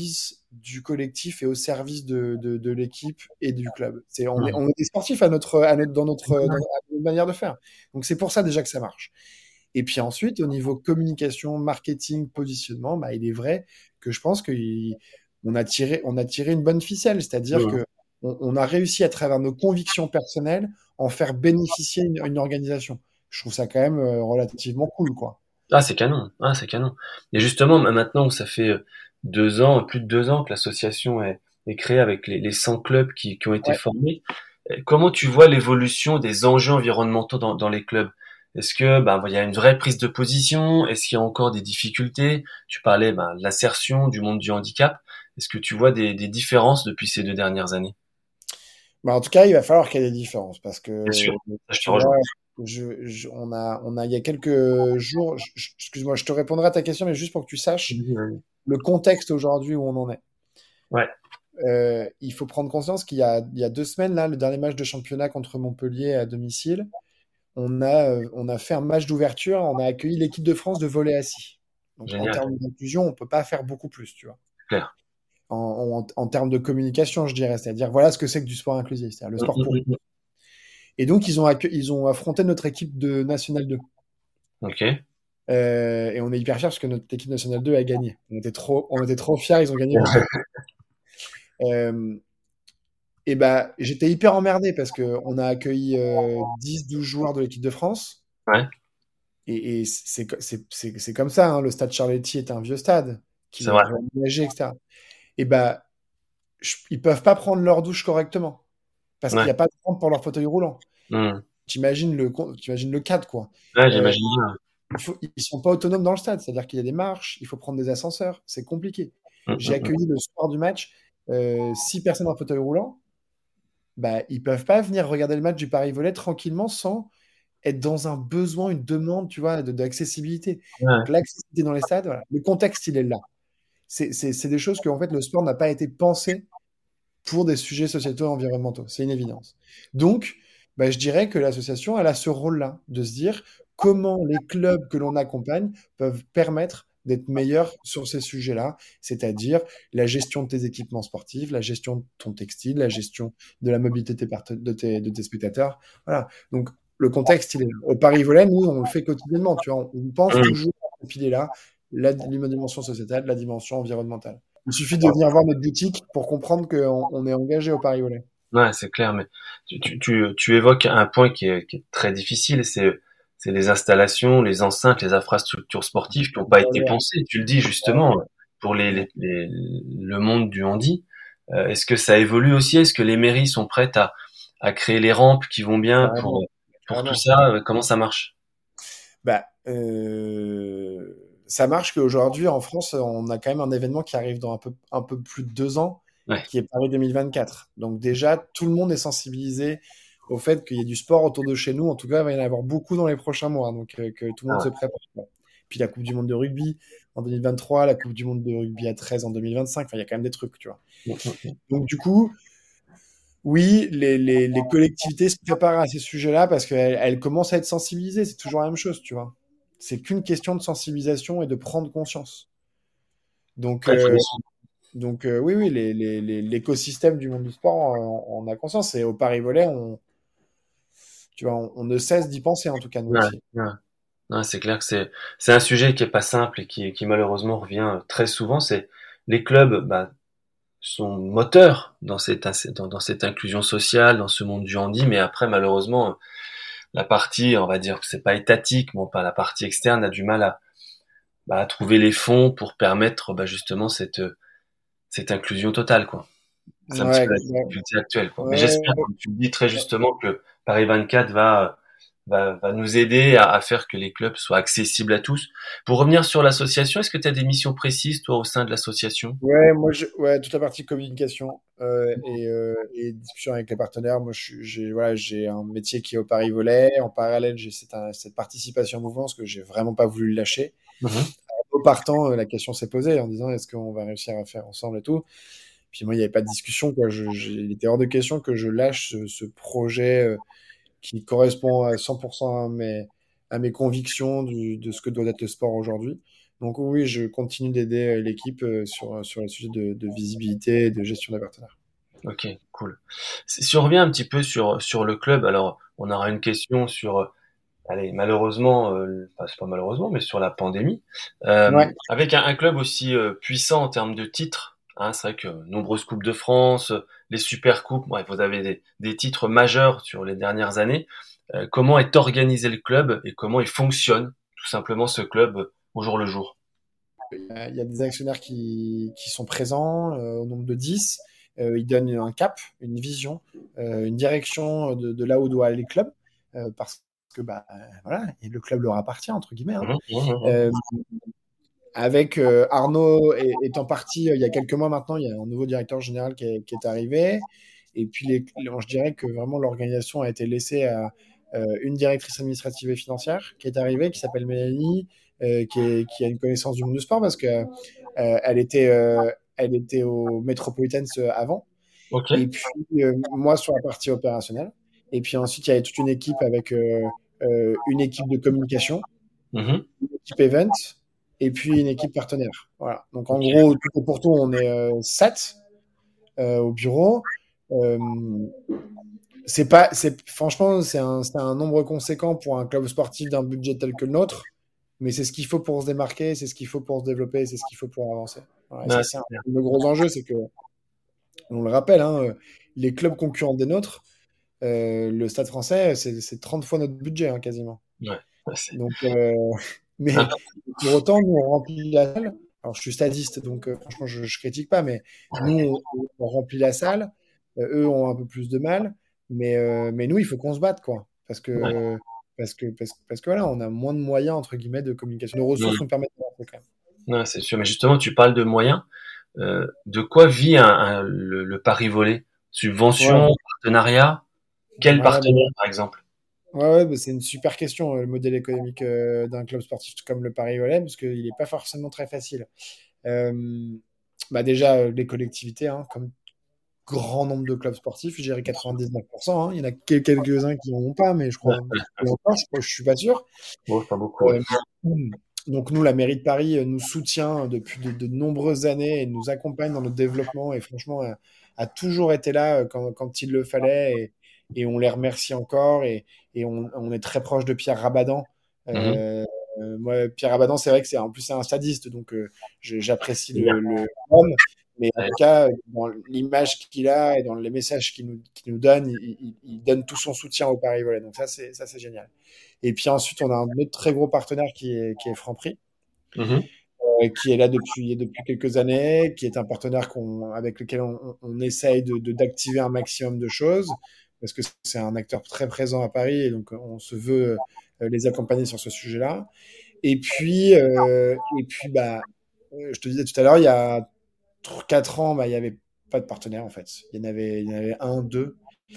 du collectif et au service de, de, de l'équipe et du club. C'est, on, est, on est des sportifs à notre, à notre, dans, notre, dans notre manière de faire. Donc c'est pour ça déjà que ça marche. Et puis ensuite, au niveau communication, marketing, positionnement, bah, il est vrai que je pense qu'on a tiré, on a tiré une bonne ficelle. C'est-à-dire Ouais. que on, on a réussi à travers nos convictions personnelles en faire bénéficier une, une organisation. Je trouve ça quand même euh, relativement cool, quoi. Ah, c'est canon. Ah, c'est canon. Et justement, maintenant que ça fait euh, deux ans, plus de deux ans que l'association est, est créée avec les, les cent clubs qui, qui ont été Ouais. formés, euh, comment tu vois l'évolution des enjeux environnementaux dans, dans les clubs? Est-ce que ben il y a une vraie prise de position? Est-ce qu'il y a encore des difficultés? Tu parlais ben, de l'assertion du monde du handicap. Est-ce que tu vois des, des différences depuis ces deux dernières années? Bah, en tout cas, il va falloir qu'il y ait des différences parce que, Bien sûr, ça, je te tu vois, rejoins. je, je- on a, on a, il y a quelques jours, je- je- excuse-moi, je te répondrai à ta question, mais juste pour que tu saches Vas-y, vas-y. le contexte aujourd'hui où on en est. Ouais, Euh, il faut prendre conscience qu'il y a, il y a deux semaines, là, le dernier match de championnat contre Montpellier à domicile, on a, euh, on a fait un match d'ouverture, on a accueilli l'équipe de France de volley assis. Donc, en génial, termes d'inclusion, on peut pas faire beaucoup plus, tu vois. clair. En, en, en termes de communication, je dirais, c'est-à-dire voilà ce que c'est que du sport inclusif, c'est-à-dire le Hum, sport hum, pour. hum, hum. Et donc, ils ont, accue- ils ont affronté notre équipe de National deux. Ok, Euh, et on est hyper fiers parce que notre équipe National deux a gagné. On était trop, on était trop fiers, ils ont gagné contre nous. Euh, et bah, j'étais hyper emmerdé parce que on a accueilli euh, dix douze joueurs de l'équipe de France. ouais, Et, et c'est c'est- c'est- c'est comme ça, hein, le stade Charletti est un vieux stade c'est qui est vrai. réaménagé, et cetera. Et bah, je- ils peuvent pas prendre leur douche correctement parce qu'il Ouais, n'y a pas de rampe pour leur fauteuil roulant. hum. T'imagines le, con- t'imagines le cadre, quoi. Ouais, Euh, j'imagine bien. il faut, ils sont pas autonomes dans le stade, c'est-à-dire qu'il y a des marches, il faut prendre des ascenseurs, c'est compliqué. Hum, J'ai hum, hum. accueilli le soir du match euh, six personnes en fauteuil roulant, bah, ils peuvent pas venir regarder le match du Paris-Volley tranquillement sans être dans un besoin, une demande, tu vois, de- d'accessibilité. Ouais, Donc l'accessibilité dans les stades, voilà. Le contexte, il est là. C'est c'est- c'est des choses que en fait, le sport n'a pas été pensé pour des sujets sociétaux et environnementaux. C'est une évidence. Donc, bah, je dirais que l'association, elle a ce rôle-là, de se dire comment les clubs que l'on accompagne peuvent permettre d'être meilleurs sur ces sujets-là, c'est-à-dire la gestion de tes équipements sportifs, la gestion de ton textile, la gestion de la mobilité de tes, parte- de tes, de tes spectateurs. Voilà. Donc, le contexte, il est là. Au Paris-Volley, nous, on le fait quotidiennement. Tu vois, on pense hum. toujours à ce pilier-là, la, la dimension sociétale, la dimension environnementale. Il suffit de venir voir notre boutique pour comprendre qu'on on est engagé au Paris Volley. Ouais, c'est clair, mais tu, tu, tu, tu évoques un point qui est, qui est très difficile, c'est, c'est les installations, les enceintes, les infrastructures sportives qui n'ont pas été Voilà. pensées. Tu le dis justement, pour les, les, les- le monde du handi. Euh, est-ce que ça évolue aussi? Est-ce que les mairies sont prêtes à, à créer les rampes qui vont bien pour, Carrément, pour tout carrément. ça? Euh, Comment ça marche? Bah, euh, ça marche qu'aujourd'hui, en France, on a quand même un événement qui arrive dans un peu, un peu plus de deux ans, Ouais. qui est Paris deux mille vingt-quatre. Donc déjà, tout le monde est sensibilisé au fait qu'il y ait du sport autour de chez nous. En tout cas, il va y en avoir beaucoup dans les prochains mois. Donc euh, que tout le Ah monde ouais. se prépare. Puis la Coupe du Monde de rugby en deux mille vingt-trois, la Coupe du Monde de rugby à treize en deux mille vingt-cinq. Enfin, il y a quand même des trucs, tu vois. Hum, hum, hum. Donc du coup, oui, les, les, les collectivités se préparent à ces sujets-là parce qu'elles elles commencent à être sensibilisées. C'est toujours la même chose, tu vois. C'est qu'une question de sensibilisation et de prendre conscience. Donc, Ouais, faut euh, des- donc euh, oui, oui, les, les, les- l'écosystème du monde du sport, on, on a conscience. Et au Paris Volley, on, tu vois, on, on ne cesse d'y penser, en tout cas, nous ouais, aussi. ouais. Ouais, c'est clair que c'est c'est un sujet qui est pas simple et qui, qui malheureusement revient très souvent. C'est les clubs, bah, sont moteurs dans cette dans, dans cette inclusion sociale, dans ce monde du handi, mais après malheureusement la partie, on va dire que c'est pas étatique, bon pas la partie externe a du mal à, bah, à trouver les fonds pour permettre bah, justement cette cette inclusion totale quoi. C'est un petit Ouais, peu la ouais, difficulté actuelle quoi. Mais ouais, j'espère, comme tu le dis très justement, que Paris vingt-quatre va va, va nous aider à, à faire que les clubs soient accessibles à tous. Pour revenir sur l'association, est-ce que tu as des missions précises toi au sein de l'association? ouais, moi, je, ouais, toute la partie communication euh, et, euh, et discussion avec les partenaires. Moi, je suis- j'ai voilà, j'ai un métier qui est au Paris Volley. En parallèle, j'ai cette, un- cette participation au mouvement, parce que j'ai vraiment pas voulu le lâcher. Mhm. Au partant, euh, la question s'est posée en disant est-ce qu'on va réussir à faire ensemble et tout. Puis moi, il n'y avait pas de discussion, quoi. Je, je- il était hors de question que je lâche ce, ce projet euh, qui correspond à cent pour cent à mes, à mes convictions du- de ce que doit être le sport aujourd'hui. Donc oui, je continue d'aider l'équipe sur, sur les sujets de, de visibilité et de gestion des partenaires. Ok, cool. Si on revient un petit peu sur, sur le club, alors on aura une question sur, allez, malheureusement, euh, enfin, c'est pas malheureusement, mais sur la pandémie. Euh, Ouais. Avec un, un club aussi euh, puissant en termes de titres, hein, c'est vrai que nombreuses Coupes de France, les Super Coupes, bref, vous avez des, des titres majeurs sur les dernières années. Euh, comment est organisé le club et comment il fonctionne, tout simplement, ce club au jour le jour? Il y a des actionnaires qui, qui sont présents euh, au nombre de dix. Euh, ils donnent un cap, une vision, euh, une direction de, de là où doit aller le club. Euh, parce que bah, voilà, et le club leur appartient, entre guillemets. Hein. Mmh, mmh, mmh. Euh, avec euh, Arnaud est, étant parti euh, il y a quelques mois maintenant, il y a un nouveau directeur général qui est, qui est arrivé. Et puis, les, je dirais que vraiment l'organisation a été laissée à euh, une directrice administrative et financière qui est arrivée, qui s'appelle Mélanie, euh, qui, est, qui a une connaissance du monde du sport parce que euh, elle était, euh, elle était au Metropolitans avant. Ok. Et puis euh, moi sur la partie opérationnelle. Et puis ensuite il y avait toute une équipe avec euh, euh, une équipe de communication, Mmh. une équipe event et puis une équipe partenaire. Voilà. Donc en gros, tout et pour tout, on est euh, sept euh, au bureau. Euh, c'est pas, c'est franchement, c'est un, c'est un nombre conséquent pour un club sportif d'un budget tel que le nôtre, mais c'est ce qu'il faut pour se démarquer, c'est ce qu'il faut pour se développer, c'est ce qu'il faut pour avancer. Voilà, et Ouais, ça, c'est un, le gros enjeu, c'est que, on le rappelle, hein, les clubs concurrents des nôtres, euh, le Stade Français, c'est, c'est trente fois notre budget, hein, quasiment. ouais. C'est Donc, euh, mais sympa. pour autant, nous, on remplit la salle. Alors, je suis stadiste, donc euh, franchement, je, je critique pas, mais nous, on, on remplit la salle. Euh, eux ont un peu plus de mal, mais, euh, mais nous, il faut qu'on se batte, quoi. Parce Ouais. que, parce que, parce, parce que voilà, on a moins de moyens, entre guillemets, de communication. Nos Mmh. ressources nous permettent d'avancer quand même. Ouais, c'est sûr. Mais justement, tu parles de moyens. Euh, de quoi vit un, un- le, le pari volé? Ouais, Subvention, partenariat? Quel ouais, bah, partenaire, par exemple? ouais, ouais, bah, c'est une super question, euh, le modèle économique euh, d'un club sportif comme le Paris Valais, parce qu'il n'est pas forcément très facile. Euh, bah déjà, euh, les collectivités, hein, comme grand nombre de clubs sportifs, je dirais quatre-vingt-dix-neuf pour cent. Hein. Il y en a quel- quelques-uns qui n'en ont pas, mais je Ouais, crois, et encore, je, crois- je suis pas sûr. bon, pas beaucoup. Ouais. Euh, donc nous, la mairie de Paris euh, nous soutient depuis de, de nombreuses années et nous accompagne dans notre développement et franchement a, a toujours été là euh, quand, quand il le fallait et, et on les remercie encore et, et on, on est très proche de Pierre Rabadan. Mhm. Euh, euh, moi, Pierre Rabadan, c'est vrai que c'est en plus c'est un stadiste, donc euh, je- j'apprécie C'est bien. le, le homme, mais en Ouais. tout cas dans l'image qu'il a et dans les messages qu'il nous, qu'il nous donne, il, il- il donne tout son soutien au Paris Volley. Donc ça c'est ça c'est génial. Et puis ensuite, on a un autre très gros partenaire qui est, qui est Franprix, Mhm. euh, qui est là depuis, depuis quelques années, qui est un partenaire qu'on, avec lequel on, on essaye de, de- d'activer un maximum de choses, parce que c'est un acteur très présent à Paris, et donc on se veut euh, les accompagner sur ce sujet-là. Et puis, euh, et puis bah, euh, je te disais tout à l'heure, il y a quatre ans, bah, il n'y avait pas de partenaire en fait. Il y en avait, il y en avait un, deux.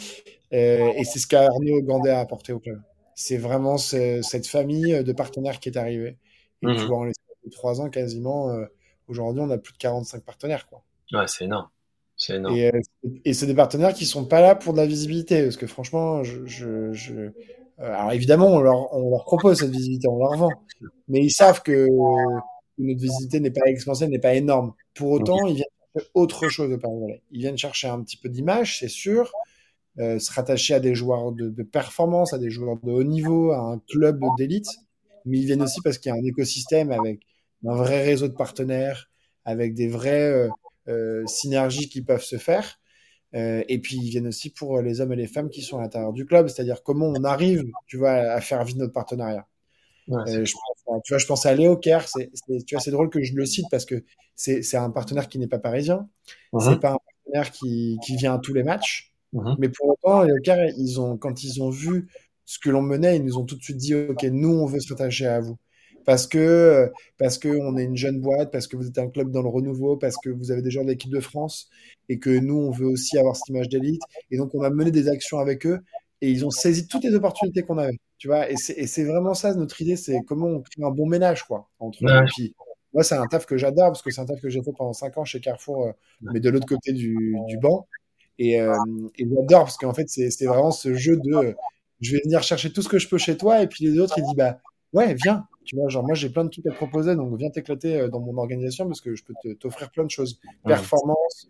Euh, et c'est ce qu'Arnaud Gandet a apporté au club. C'est vraiment ce- cette famille de partenaires qui est arrivée. Et tu Mhm. vois, en l'espace de trois ans quasiment, euh, aujourd'hui, on a plus de quarante-cinq partenaires, quoi. Ouais, c'est énorme. C'est énorme. Et, euh, et c'est des partenaires qui sont pas là pour de la visibilité, parce que franchement, je, je, je... euh, alors évidemment, on leur, on leur propose cette visibilité, on leur vend, mais ils savent que notre visibilité n'est pas exponentielle, n'est pas énorme. Pour Ok. autant, ils viennent chercher autre chose au Paris Valais. Ils viennent chercher un petit peu d'image, c'est sûr, euh, se rattacher à des joueurs de, de performance, à des joueurs de haut niveau, à un club d'élite, mais ils viennent aussi parce qu'il y a un écosystème avec un vrai réseau de partenaires, avec des vraies euh, euh, synergies qui peuvent se faire. Euh, et puis ils viennent aussi pour les hommes et les femmes qui sont à l'intérieur du club, c'est-à-dire comment on arrive, tu vois, à faire vivre notre partenariat. Ouais, c'est Euh, je pense, tu vois, je pense à Léo Kerr, c'est, c'est, tu vois, c'est drôle que je le cite parce que c'est, c'est un partenaire qui n'est pas parisien, c'est Mhm. pas un partenaire qui, qui vient à tous les matchs, Mhm. mais pour autant, Léo Kerr, ils ont, quand ils ont vu ce que l'on menait, ils nous ont tout de suite dit, OK, nous, on veut se rattacher à vous. Parce que, parce que on est une jeune boîte, parce que vous êtes un club dans le renouveau, parce que vous avez des joueurs de l'équipe de France, et que nous, on veut aussi avoir cette image d'élite. Et donc, on a mené des actions avec eux, et ils ont saisi toutes les opportunités qu'on avait. Tu vois, et c'est, et c'est vraiment ça notre idée, c'est comment on crée un bon ménage, quoi, entre. Ouais. Et puis, moi, c'est un taf que j'adore parce que c'est un taf que j'ai fait pendant cinq ans chez Carrefour, euh, mais de l'autre côté du, du banc. Et, euh, et j'adore parce qu'en fait, c'est, c'est vraiment ce jeu de euh, je vais venir chercher tout ce que je peux chez toi, et puis les autres, ils disent bah ouais, viens. Tu vois, genre, moi, j'ai plein de trucs à te proposer, donc viens t'éclater euh, dans mon organisation parce que je peux te- t'offrir plein de choses. Mmh. Performance,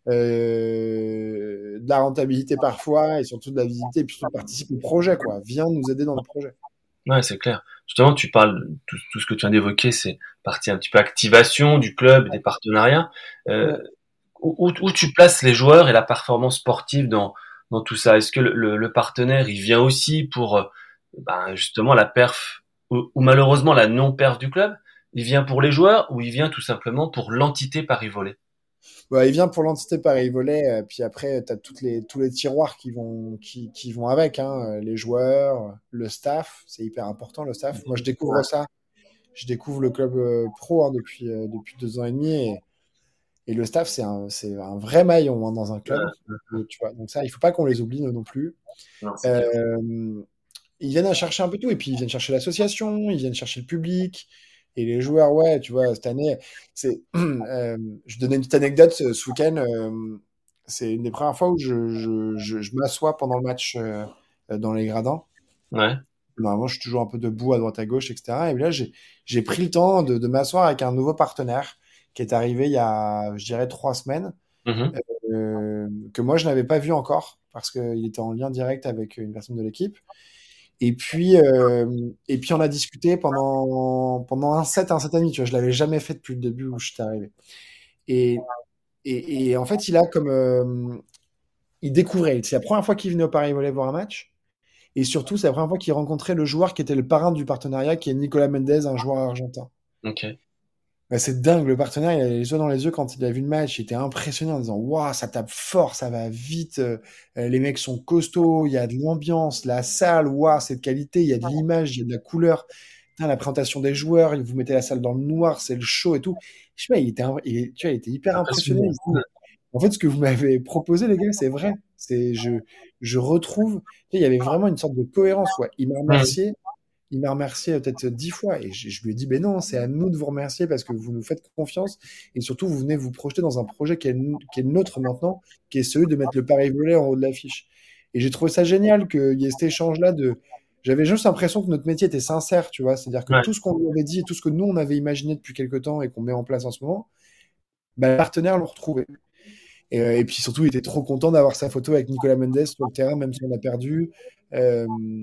euh, de la rentabilité parfois, et surtout de la visibilité, et puis surtout participe au projet, quoi. Viens nous aider dans le projet. Ouais, c'est clair. Justement, tu parles, tout, tout ce que tu viens d'évoquer, c'est partie un petit peu activation du club et des partenariats. Euh, Ouais. où, où tu places les joueurs et la performance sportive dans, dans tout ça? Est-ce que le, le, le partenaire, il vient aussi pour euh, ben, justement la perf ou, ou malheureusement la non-perf du club? Il vient pour les joueurs ou il vient tout simplement pour l'entité Paris Volley? Bah, il vient pour l'entité Paris Volley, euh, puis après, tu as toutes les, tous les tiroirs qui vont, qui, qui vont avec, hein, euh, les joueurs, le staff, c'est hyper important, le staff. Moi, je découvre ça. Je découvre le club euh, pro hein, depuis, euh, depuis deux ans et demi, et, et le staff, c'est un, c'est un vrai maillon hein, dans un club. Euh, Et, tu vois, donc ça, il faut pas qu'on les oublie non plus. non, c'est clair. Euh, Ils viennent à chercher un peu tout, et puis ils viennent chercher l'association, ils viennent chercher le public, et les joueurs, ouais, tu vois, cette année, c'est, euh, je donnais une petite anecdote ce ce week-end, euh, c'est une des premières fois où je, je, je, je m'assois pendant le match euh, euh, dans les gradins. Ouais. Normalement, je suis toujours un peu debout à droite à gauche, et cetera. Et là, j'ai, j'ai pris le temps de, de m'asseoir avec un nouveau partenaire qui est arrivé il y a, je dirais, trois semaines, Mhm. euh, que moi, je n'avais pas vu encore, parce qu'il était en lien direct avec une personne de l'équipe. Et puis, euh, et puis on a discuté pendant, pendant un set, un set et demi. Tu vois, je l'avais jamais fait depuis le début où je suis arrivé. Et, et, et en fait, il a comme, euh, il découvrait. C'est la première fois qu'il venait au Paris Volley voir un match. Et surtout, c'est la première fois qu'il rencontrait le joueur qui était le parrain du partenariat, qui est Nicolas Mendez, un joueur argentin. Ok. Bah, c'est dingue, le partenaire, il avait les yeux dans les yeux quand il a vu le match. Il était impressionné en disant, waouh, ça tape fort, ça va vite, euh, les mecs sont costauds, il y a de l'ambiance, la salle, waouh, c'est de qualité, il y a de l'image, il y a de la couleur. Putain, la présentation des joueurs, vous mettez la salle dans le noir, c'est le show et tout. Je sais pas, il était, im- il- tu vois, il était hyper impressionné. Impressionnant. Il se dit, en fait, ce que vous m'avez proposé, les gars, c'est vrai. C'est, je, je retrouve, tu sais, il y avait vraiment une sorte de cohérence, ouais. Il m'a Mhm. remercié. Il m'a remercié euh, peut-être dix fois et je, je lui ai dit, ben non, c'est à nous de vous remercier parce que vous nous faites confiance et surtout vous venez vous projeter dans un projet qui est, le- qui est le nôtre maintenant, qui est celui de mettre le Paris Volley en haut de l'affiche. Et j'ai trouvé ça génial qu'il y ait cet échange-là de... J'avais juste l'impression que notre métier était sincère, tu vois, c'est-à-dire que Ouais. tout ce qu'on lui avait dit et tout ce que nous on avait imaginé depuis quelques temps et qu'on met en place en ce moment, ben, le partenaire l'ont retrouvé. Et, euh, et puis surtout, il était trop content d'avoir sa photo avec Nicolas Mendes sur le terrain, même si on a perdu. Euh,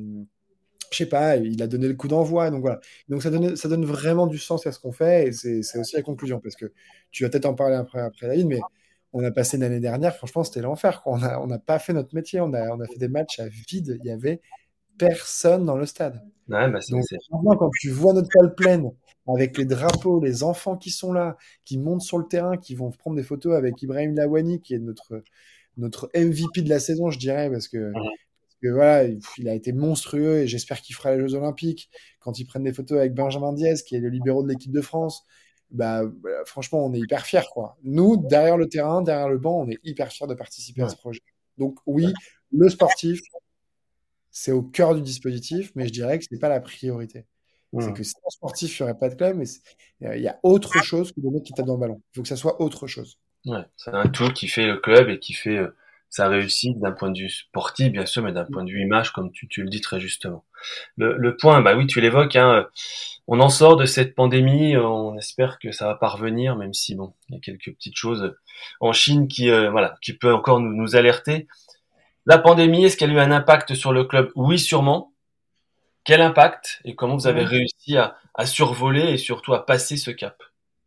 je sais pas, il a donné le coup d'envoi. Donc voilà. Donc ça donne, ça donne vraiment du sens à ce qu'on fait et c'est c'est aussi la conclusion parce que tu vas peut-être en parler après, après David, mais on a passé l'année dernière, franchement, c'était l'enfer, quoi. On a, on n'a pas fait notre métier, on a, on a fait des matchs à vide, il y avait personne dans le stade. Ouais, bah c'est, Donc c'est... maintenant, quand tu vois notre salle pleine avec les drapeaux, les enfants qui sont là, qui montent sur le terrain, qui vont prendre des photos avec Ibrahim Lawani, qui est notre, notre M V P de la saison, je dirais, parce que Mhm. que voilà, il il a été monstrueux et j'espère qu'il fera les Jeux Olympiques. Quand ils prennent des photos avec Benjamin Diaz, qui est le libéro de l'équipe de France, bah, bah, franchement, on est hyper fiers, quoi. Nous, derrière le terrain, derrière le banc, on est hyper fiers de participer à Ouais. ce projet. Donc oui, le sportif, c'est au cœur du dispositif, mais je dirais que c'est pas la priorité. C'est Mhm. que sans sportif, il n'y aurait pas de club, mais c'est- il y a autre chose que le mec qui tape dans le ballon. Il faut que ça soit autre chose. Ouais, c'est un tout qui fait le club et qui fait euh, sa réussite d'un point de vue sportif, bien sûr, mais d'un point de vue image, comme tu, tu le dis très justement. Le, le point, bah oui, tu l'évoques, hein, euh, on en sort de cette pandémie, euh, on espère que ça va parvenir, même si bon, il y a quelques petites choses en Chine qui, euh, voilà, qui peut encore nous, nous alerter. La pandémie, est-ce qu'elle a eu un impact sur le club? Oui, sûrement. Quel impact et comment vous avez Ouais. réussi à, à survoler et surtout à passer ce cap?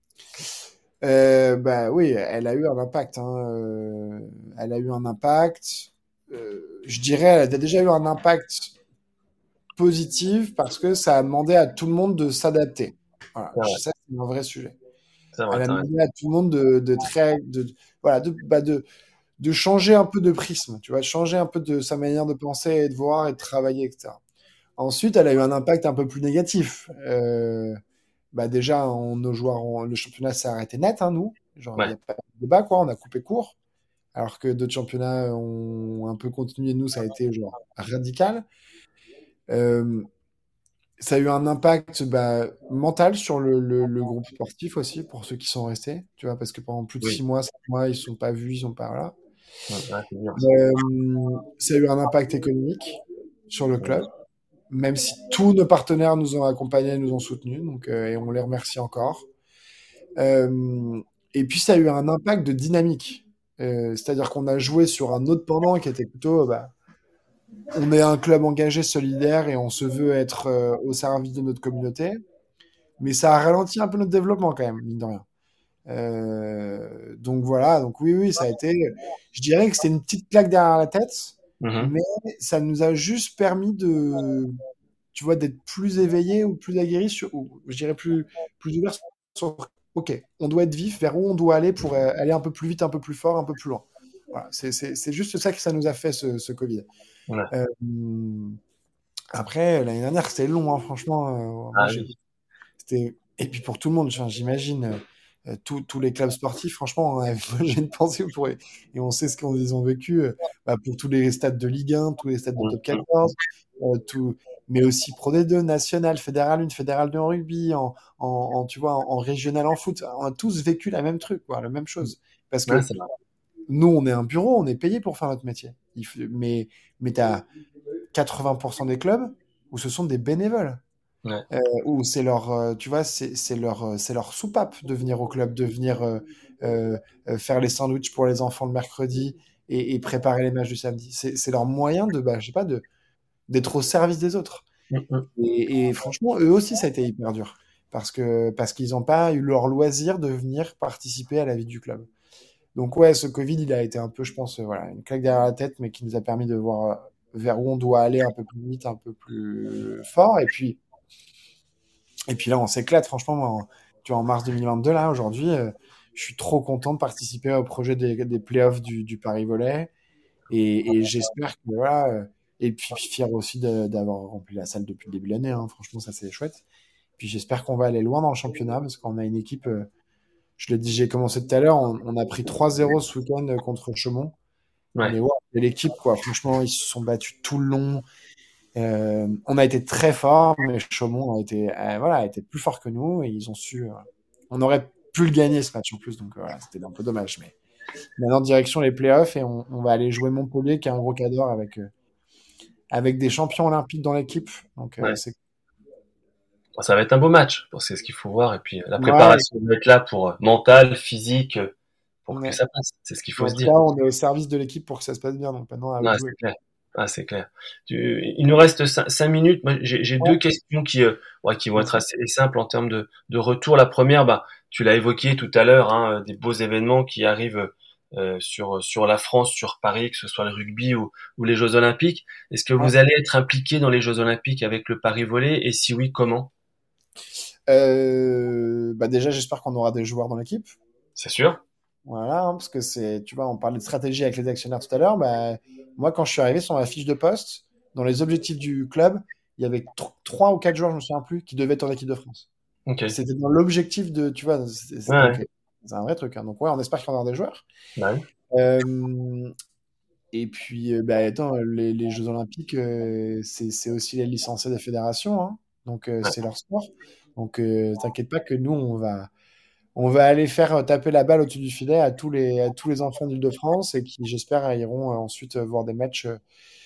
Euh, bah oui, elle a eu un impact, hein, euh, elle a eu un impact. Euh, je dirais, elle a déjà eu un impact positif parce que ça a demandé à tout le monde de s'adapter. Voilà, C'est vrai, ça c'est un vrai sujet. c'est vrai, Elle a t'as raison. demandé à tout le monde de, de très, de, voilà, de, bah de, de changer un peu de prisme, tu vois, de changer un peu de sa manière de penser et de voir et de travailler, et cetera. Ensuite, elle a eu un impact un peu plus négatif. Euh, bah déjà, on, nos joueurs, ont- le championnat s'est arrêté net, hein, nous. Genre, il n'y Ouais. a pas de débat, quoi. On a coupé court. Alors que d'autres championnats ont un peu continué. Nous, ça a été genre radical. Euh, Ça a eu un impact bah, mental sur le, le- le groupe sportif aussi, pour ceux qui sont restés. Tu vois, parce que pendant plus de Oui. six mois, sept mois, ils sont pas vus, ils sont pas là. Ouais, ouais, c'est dur ça. Euh, Ça a eu un impact économique sur le club. même si tous nos partenaires nous ont accompagnés, nous ont soutenus, donc, euh, et on les remercie encore. Euh, et puis, ça a eu un impact de dynamique. Euh, c'est-à-dire qu'on a joué sur un autre pendant qui était plutôt, bah, on est un club engagé, solidaire, et on se veut être euh, au service de notre communauté. Mais ça a ralenti un peu notre développement quand même, mine de rien. Euh, donc voilà, donc oui, oui, ça a été. Je dirais que c'était une petite claque derrière la tête, Mhm. mais ça nous a juste permis de, tu vois, d'être plus éveillés ou plus aguerris sur, ou je dirais plus, plus ouverts sur. Ok, on doit être vif, vers où on doit aller pour euh, aller un peu plus vite, un peu plus fort, un peu plus loin. Voilà, c'est, c'est, c'est juste ça que ça nous a fait ce, ce Covid. Ouais. Euh, après, l'année dernière, c'était long, hein, franchement. Euh, moi, Ah j'ai, oui. c'était, et puis pour tout le monde, enfin, j'imagine. Euh, tous tous les clubs sportifs, franchement, on a- moi, j'ai une pensée pour et on sait ce qu'ils ont vécu euh, bah, pour tous les stades de Ligue un, tous les stades de top Mhm. quatorze, euh, tout, mais aussi Pro D deux, National, Fédéral un, Fédéral deux en rugby, en, en, en, tu vois, en, en régional en foot. On a tous vécu la même truc, quoi, la même chose. Parce Ouais, que c'est vrai. nous, on est un bureau, on est payé pour faire notre métier. Il faut- mais mais tu as quatre-vingts pour cent des clubs où ce sont des bénévoles. Ouais. Euh, où c'est leur, euh, tu vois, c'est c'est leur, euh, c'est leur soupape de venir au club, de venir euh, euh, euh, faire les sandwichs pour les enfants le mercredi et, et préparer les matchs du samedi. C'est c'est leur moyen de, bah, je sais pas, de d'être au service des autres. Mhm. Et, et franchement, eux aussi, ça a été hyper dur parce que parce qu'ils n'ont pas eu leur loisir de venir participer à la vie du club. Donc ouais, ce Covid, il a été un peu, je pense, euh, voilà, une claque derrière la tête, mais qui nous a permis de voir euh, vers où on doit aller un peu plus vite, un peu plus fort. Et puis Et puis là, on s'éclate, franchement, moi, en, tu vois, en mars deux mille vingt-deux, là, aujourd'hui, euh, je suis trop content de participer au projet des, des playoffs du, du Paris Volley. Et, et j'espère que, voilà, euh, et puis fier aussi de- d'avoir rempli la salle depuis le début de l'année, hein. Franchement, ça, c'est chouette. Puis j'espère qu'on va aller loin dans le championnat, parce qu'on a une équipe, euh, je le dis, j'ai commencé tout à l'heure, on, on a pris trois zéro ce week-end euh, contre Chaumont. Ouais. Mais ouais, et l'équipe, quoi, franchement, ils se sont battus tout le long. Euh, on a été très fort, mais Chaumont a été, euh, voilà, a été plus fort que nous et ils ont su. Euh, on aurait pu le gagner ce match en plus, donc euh, voilà, c'était un peu dommage. Mais maintenant, direction les playoffs et on, on va aller jouer Montpellier, qui est un gros cadre avec, euh, avec des champions olympiques dans l'équipe. Donc euh, Ouais. c'est. Bon, ça va être un beau match. Bon, c'est ce qu'il faut voir. Et puis, la Ouais, préparation va être là pour euh, mental, physique, euh, pour que ouais. ça passe. C'est ce qu'il Mais faut en se tout dire. cas, on est au service de l'équipe pour que ça se passe bien. Donc maintenant, à eux de Ouais, jouer. c'est clair. Ah, c'est clair. Tu- il nous reste cin- cinq minutes. Moi, j'ai j'ai Ouais, deux questions qui, euh, ouais, qui vont être vas-y. assez simples en termes de, de retour. La première, bah, tu l'as évoqué tout à l'heure, hein, des beaux événements qui arrivent euh, sur sur la France, sur Paris, que ce soit le rugby ou, ou les Jeux Olympiques. Est-ce que Ouais. vous allez être impliqué dans les Jeux Olympiques avec le Paris Volley? Et si oui, comment? Euh, bah déjà, j'espère qu'on aura des joueurs dans l'équipe. C'est sûr? Voilà, hein, parce que c'est, tu vois, on parlait de stratégie avec les actionnaires tout à l'heure. Bah, moi, quand je suis arrivé sur ma fiche de poste, dans les objectifs du club, il y avait tr- trois ou quatre joueurs, je me souviens plus, qui devaient être en équipe de France. Ok. C'était dans l'objectif de, tu vois, c'est c'est- Ouais, donc ouais. euh, c'est un vrai truc, hein. Donc ouais, on espère qu'il y en aura des joueurs. Bah oui. Euh, et puis, euh, bah, attends, les, les Jeux Olympiques, euh, c'est c'est aussi les licenciés des fédérations, hein. Donc euh, Ouais. c'est leur sport. Donc euh, t'inquiète pas que nous, on va on va aller faire euh, taper la balle au-dessus du filet à tous les, à tous les enfants d'Île-de-France et qui, j'espère, iront euh, ensuite euh, voir des matchs euh,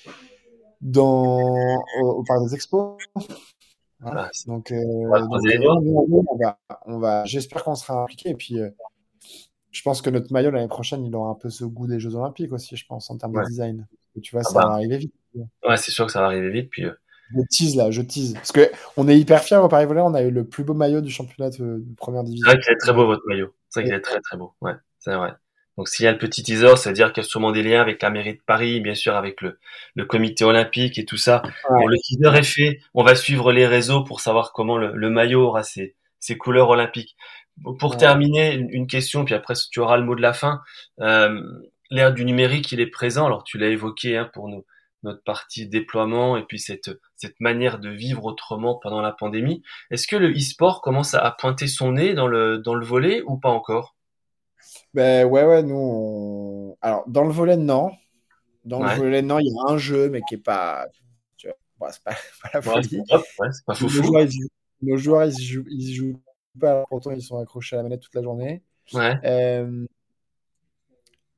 dans, au, au Parc des Expos, hein. Bah, c'est- Donc, on va euh, croiser donc les euh, doigts. non, nous, nous, on va, on va, j'espère qu'on sera impliqué. Et puis, euh, je pense que notre maillot l'année prochaine, il aura un peu ce goût des Jeux Olympiques aussi, je pense, en termes de Ouais. design. Et tu vois, Ah ça bah, va arriver vite. ouais, c'est sûr que ça va arriver vite. Puis, euh, Je tease là, je tease. Parce que on est hyper fiers au Paris Volley, on a eu le plus beau maillot du championnat de, de première c'est vrai division. qu'il est très Et- beau votre maillot. C'est vrai et- qu'il est très très beau. Ouais, c'est vrai. Donc s'il y a le petit teaser, ça veut dire qu'il y a sûrement des liens avec la mairie de Paris, bien sûr avec le, le comité olympique et tout ça. Bon, ouais, le teaser est fait. On va suivre les réseaux pour savoir comment le, le maillot aura ses, ses couleurs olympiques. Pour ouais. terminer, une, une question, puis après tu auras le mot de la fin. Euh, L'ère du numérique, il est présent. Alors tu l'as évoqué hein, pour nous, notre partie déploiement et puis cette, cette manière de vivre autrement pendant la pandémie. Est-ce que le e-sport commence à pointer son nez dans le, dans le volley ou pas encore? Ben ouais, ouais, nous, on... Alors, dans le volet, non. Dans le Ouais. volet, non, il y a un jeu, mais qui est pas, tu vois, bon, c'est pas, pas la Ouais, c'est folie. pas top. Ouais, c'est pas Nos foufou. joueurs, ils, y jouent- nos joueurs, ils y jouent, ils y jouent pas, alors pourtant, ils sont accrochés à la manette toute la journée. Ouais. Euh,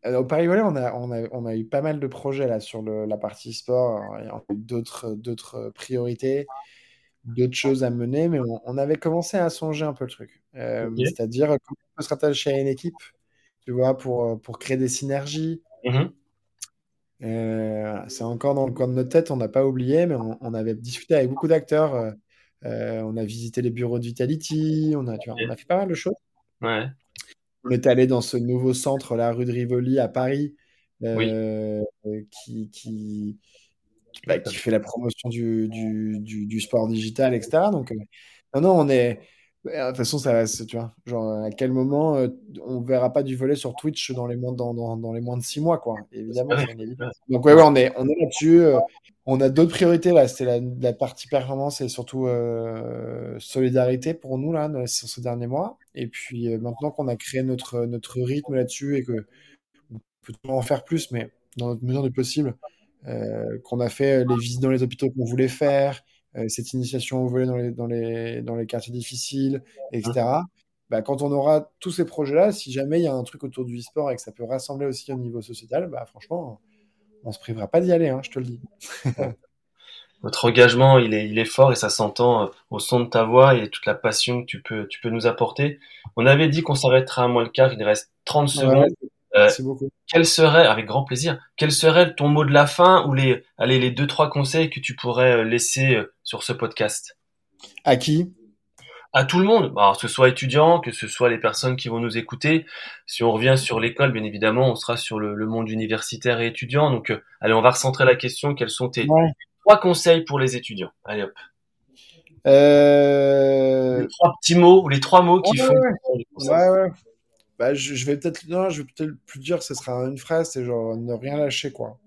au Paris Volley, on a, on, a, on a eu pas mal de projets là, sur le, la partie sport. Il y a eu d'autres, d'autres priorités, d'autres choses à mener, mais on, on avait commencé à songer un peu le truc. Euh, Ok. c'est-à-dire comment on peut se rattacher à une équipe, tu vois, pour, pour créer des synergies. Mhm. Euh, voilà, c'est encore dans le coin de notre tête, on n'a pas oublié, mais on, on avait discuté avec beaucoup d'acteurs. euh, euh, on a visité les bureaux de Vitality, on a, tu vois, on a Ok. fait pas mal de choses. Ouais. On est allé dans ce nouveau centre, la rue de Rivoli à Paris, Oui. euh, qui, qui, Ouais, bah, t'as- qui fait la promotion du, du, du, du sport digital, et cetera. Donc, euh, non, non, on est. Ouais, de toute façon, ça, va, c'est- tu vois, genre, à quel moment euh, on verra pas du volley sur Twitch dans les moins, dans, dans, dans les moins de six mois, quoi. Ah Évidemment, oui. c'est une Ouais. évidence. Donc, ouais, Non, ouais, c'est- on est, on est là-dessus. euh, on a d'autres priorités, là. C'est la, la partie performance et surtout euh, solidarité pour nous, là, dans- sur ces derniers mois. Et puis, euh, maintenant qu'on a créé notre, notre rythme là-dessus et que on peut toujours en faire plus, mais dans notre mesure du possible, euh, qu'on a fait les visites dans les hôpitaux qu'on voulait faire, euh, cette initiation au volet dans les, dans les, dans les quartiers difficiles, Mhm. et cetera. Bah, quand on aura tous ces projets-là, si jamais il y a un truc autour du e-sport et que ça peut rassembler aussi au niveau sociétal, bah, franchement, on se privera pas d'y aller, hein, je te le dis. Votre engagement, il est, il est fort et ça s'entend euh, au son de ta voix et toute la passion que tu peux, tu peux nous apporter. On avait dit qu'on s'arrêtera à moins le quart, il reste trente Ouais, secondes. Euh, merci beaucoup. quel serait, avec grand plaisir, quel serait ton mot de la fin ou les, allez, les deux, trois conseils que tu pourrais euh, laisser euh, sur ce podcast? À qui? À tout le monde, alors, que ce soit étudiants, que ce soit les personnes qui vont nous écouter. Si on revient sur l'école, bien évidemment, on sera sur le, le monde universitaire et étudiant. Donc, euh, allez, on va recentrer la question. Quels sont tes Ouais. trois conseils pour les étudiants? Allez hop. Les Euh... trois petits mots ou les trois mots Ouais, qui font ouais, les conseils. ouais, ouais. Bah, je, je vais peut-être, non, je vais peut-être plus dire, ce sera une phrase, c'est genre ne rien lâcher, quoi.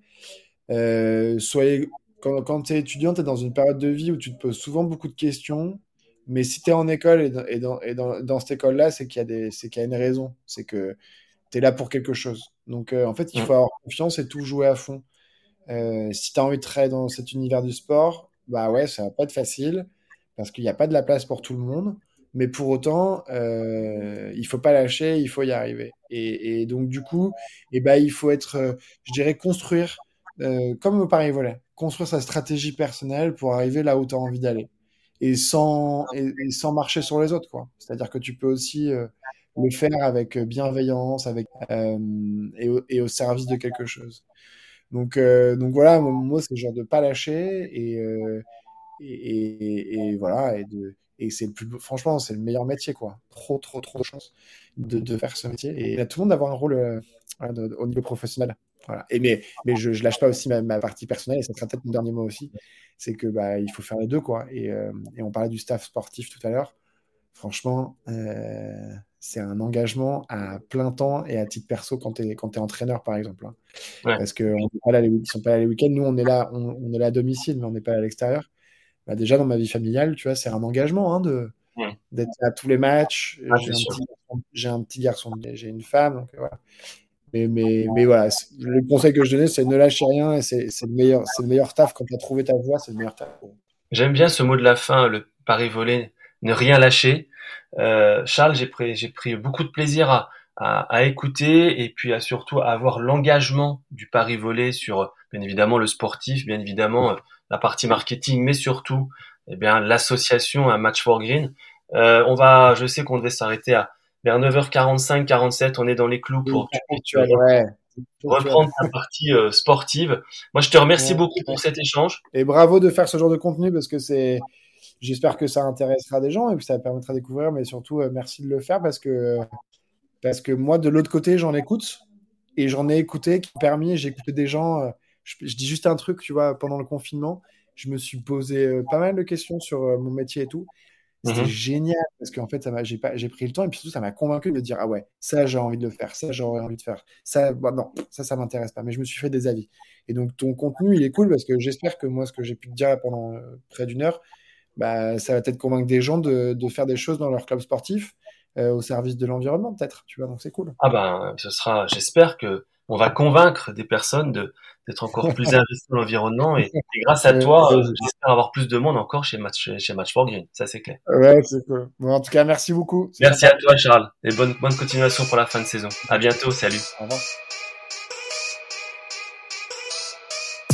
Euh, soyez, quand, quand tu es étudiant, tu es dans une période de vie où tu te poses souvent beaucoup de questions, mais si tu es en école et dans, et dans, et dans, dans cette école-là, c'est qu'il y a des, c'est qu'il y a une raison, c'est que tu es là pour quelque chose. Donc, euh, en fait, il Mm. faut avoir confiance et tout jouer à fond. Euh, si tu as envie de travailler dans cet univers du sport, bah ouais, ça va pas être facile parce qu'il n'y a pas de la place pour tout le monde. Mais pour autant, euh, il faut pas lâcher, il faut y arriver. Et, et donc, du coup, eh ben, il faut être, euh, je dirais, construire, euh, comme au Paris Volley, construire sa stratégie personnelle pour arriver là où tu as envie d'aller. Et sans, et, et sans marcher sur les autres, quoi. C'est-à-dire que tu peux aussi euh, le faire avec bienveillance, avec, euh, et, au, et au service de quelque chose. Donc, euh, donc voilà, mon mot, c'est genre de pas lâcher et, euh, et, et, et voilà. Et, de, et c'est le plus, franchement, c'est le meilleur métier, quoi. Trop, trop, trop de chance de, de faire ce métier. Et à tout le monde d'avoir un rôle euh, voilà, de- au niveau professionnel. Voilà. Et mais, mais je, je lâche pas aussi ma, ma partie personnelle, et ça sera peut-être mon dernier mot aussi. C'est que bah, il faut faire les deux, quoi. Et, euh, et on parlait du staff sportif tout à l'heure. Franchement, euh, c'est un engagement à plein temps et à titre perso quand tu es, quand t'es entraîneur, par exemple, hein. Ouais. Parce qu'ils ne sont pas là les week-ends. Nous, on est là, on, on est là à domicile, mais on n'est pas à l'extérieur. Bah, déjà, dans ma vie familiale, tu vois, c'est un engagement hein, de, Mm. d'être à tous les matchs. Ah, J'ai c'est un sûr. petit, j'ai un petit garçon, j'ai une femme. Donc, voilà. Mais, mais, mais voilà, c'est- le conseil que je donnais, c'est ne lâchez rien. Et c'est, c'est le meilleur, c'est le meilleur taf quand tu as trouvé ta voie, c'est le meilleur taf. J'aime bien ce mot de la fin, le pari volé, ne rien lâcher. Euh, Charles, j'ai pris, j'ai pris beaucoup de plaisir à, à, à écouter et puis à surtout à avoir l'engagement du pari volé sur, bien évidemment, le sportif, bien évidemment, euh, la partie marketing, mais surtout, eh bien, l'association à Match for Green. Euh, on va, je sais qu'on devait s'arrêter à vers neuf heures quarante-cinq, quarante-sept. On est dans les clous C'est pour que tu puisses ponctuel, ouais. C'est ponctuel. reprendre ta partie euh, sportive. Moi, je te remercie Ouais. beaucoup pour cet échange. Et bravo de faire ce genre de contenu parce que c'est, j'espère que ça intéressera des gens et que ça permettra de découvrir, mais surtout, euh, merci de le faire parce que, parce que moi, de l'autre côté, j'en écoute et j'en ai écouté qui ont permis, j'ai écouté des gens, euh, je, je dis juste un truc, tu vois, pendant le confinement, je me suis posé euh, pas mal de questions sur euh, mon métier et tout. C'était Mhm. génial parce qu'en fait, ça m'a, j'ai pas, j'ai pris le temps et puis surtout, ça m'a convaincu de me dire, ah ouais, ça, j'ai envie de le faire, ça, j'aurais envie de faire, ça, bah non, ça, ça m'intéresse pas, mais je me suis fait des avis. Et donc, ton contenu, il est cool parce que j'espère que moi, ce que j'ai pu te dire pendant euh, près d'une heure, bah, ça va peut-être convaincre des gens de, de faire des choses dans leur club sportif euh, au service de l'environnement, peut-être, tu vois, donc c'est cool. Ah ben, ce sera, j'espère que on va convaincre des personnes de d'être encore plus investies dans l'environnement et, et grâce à Euh, toi, euh, euh, j'espère avoir plus de monde encore chez Match chez Match for Green. Ça c'est clair. ouais, c'est cool. Bon, en tout cas, merci beaucoup, c'est Merci sympa. à toi Charles et bonne bonne continuation pour la fin de saison. À bientôt, salut. Au revoir.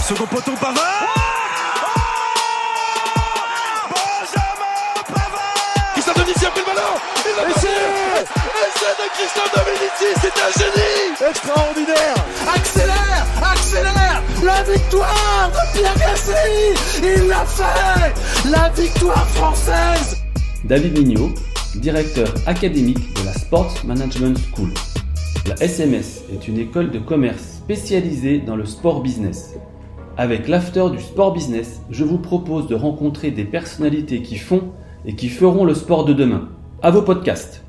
second poteau Pavard. Christophe Dominici a pris le ballon. Il l'a passé. Essai de Christophe Dominici, c'est un génie. Extraordinaire. Accélère, accélère. La victoire de Pierre Gasly. Il l'a fait. La victoire française. David Mignot, directeur académique de la Sports Management School. La S M S est une école de commerce spécialisée dans le sport business. Avec l'after du sport business, je vous propose de rencontrer des personnalités qui font et qui feront le sport de demain. À vos podcasts.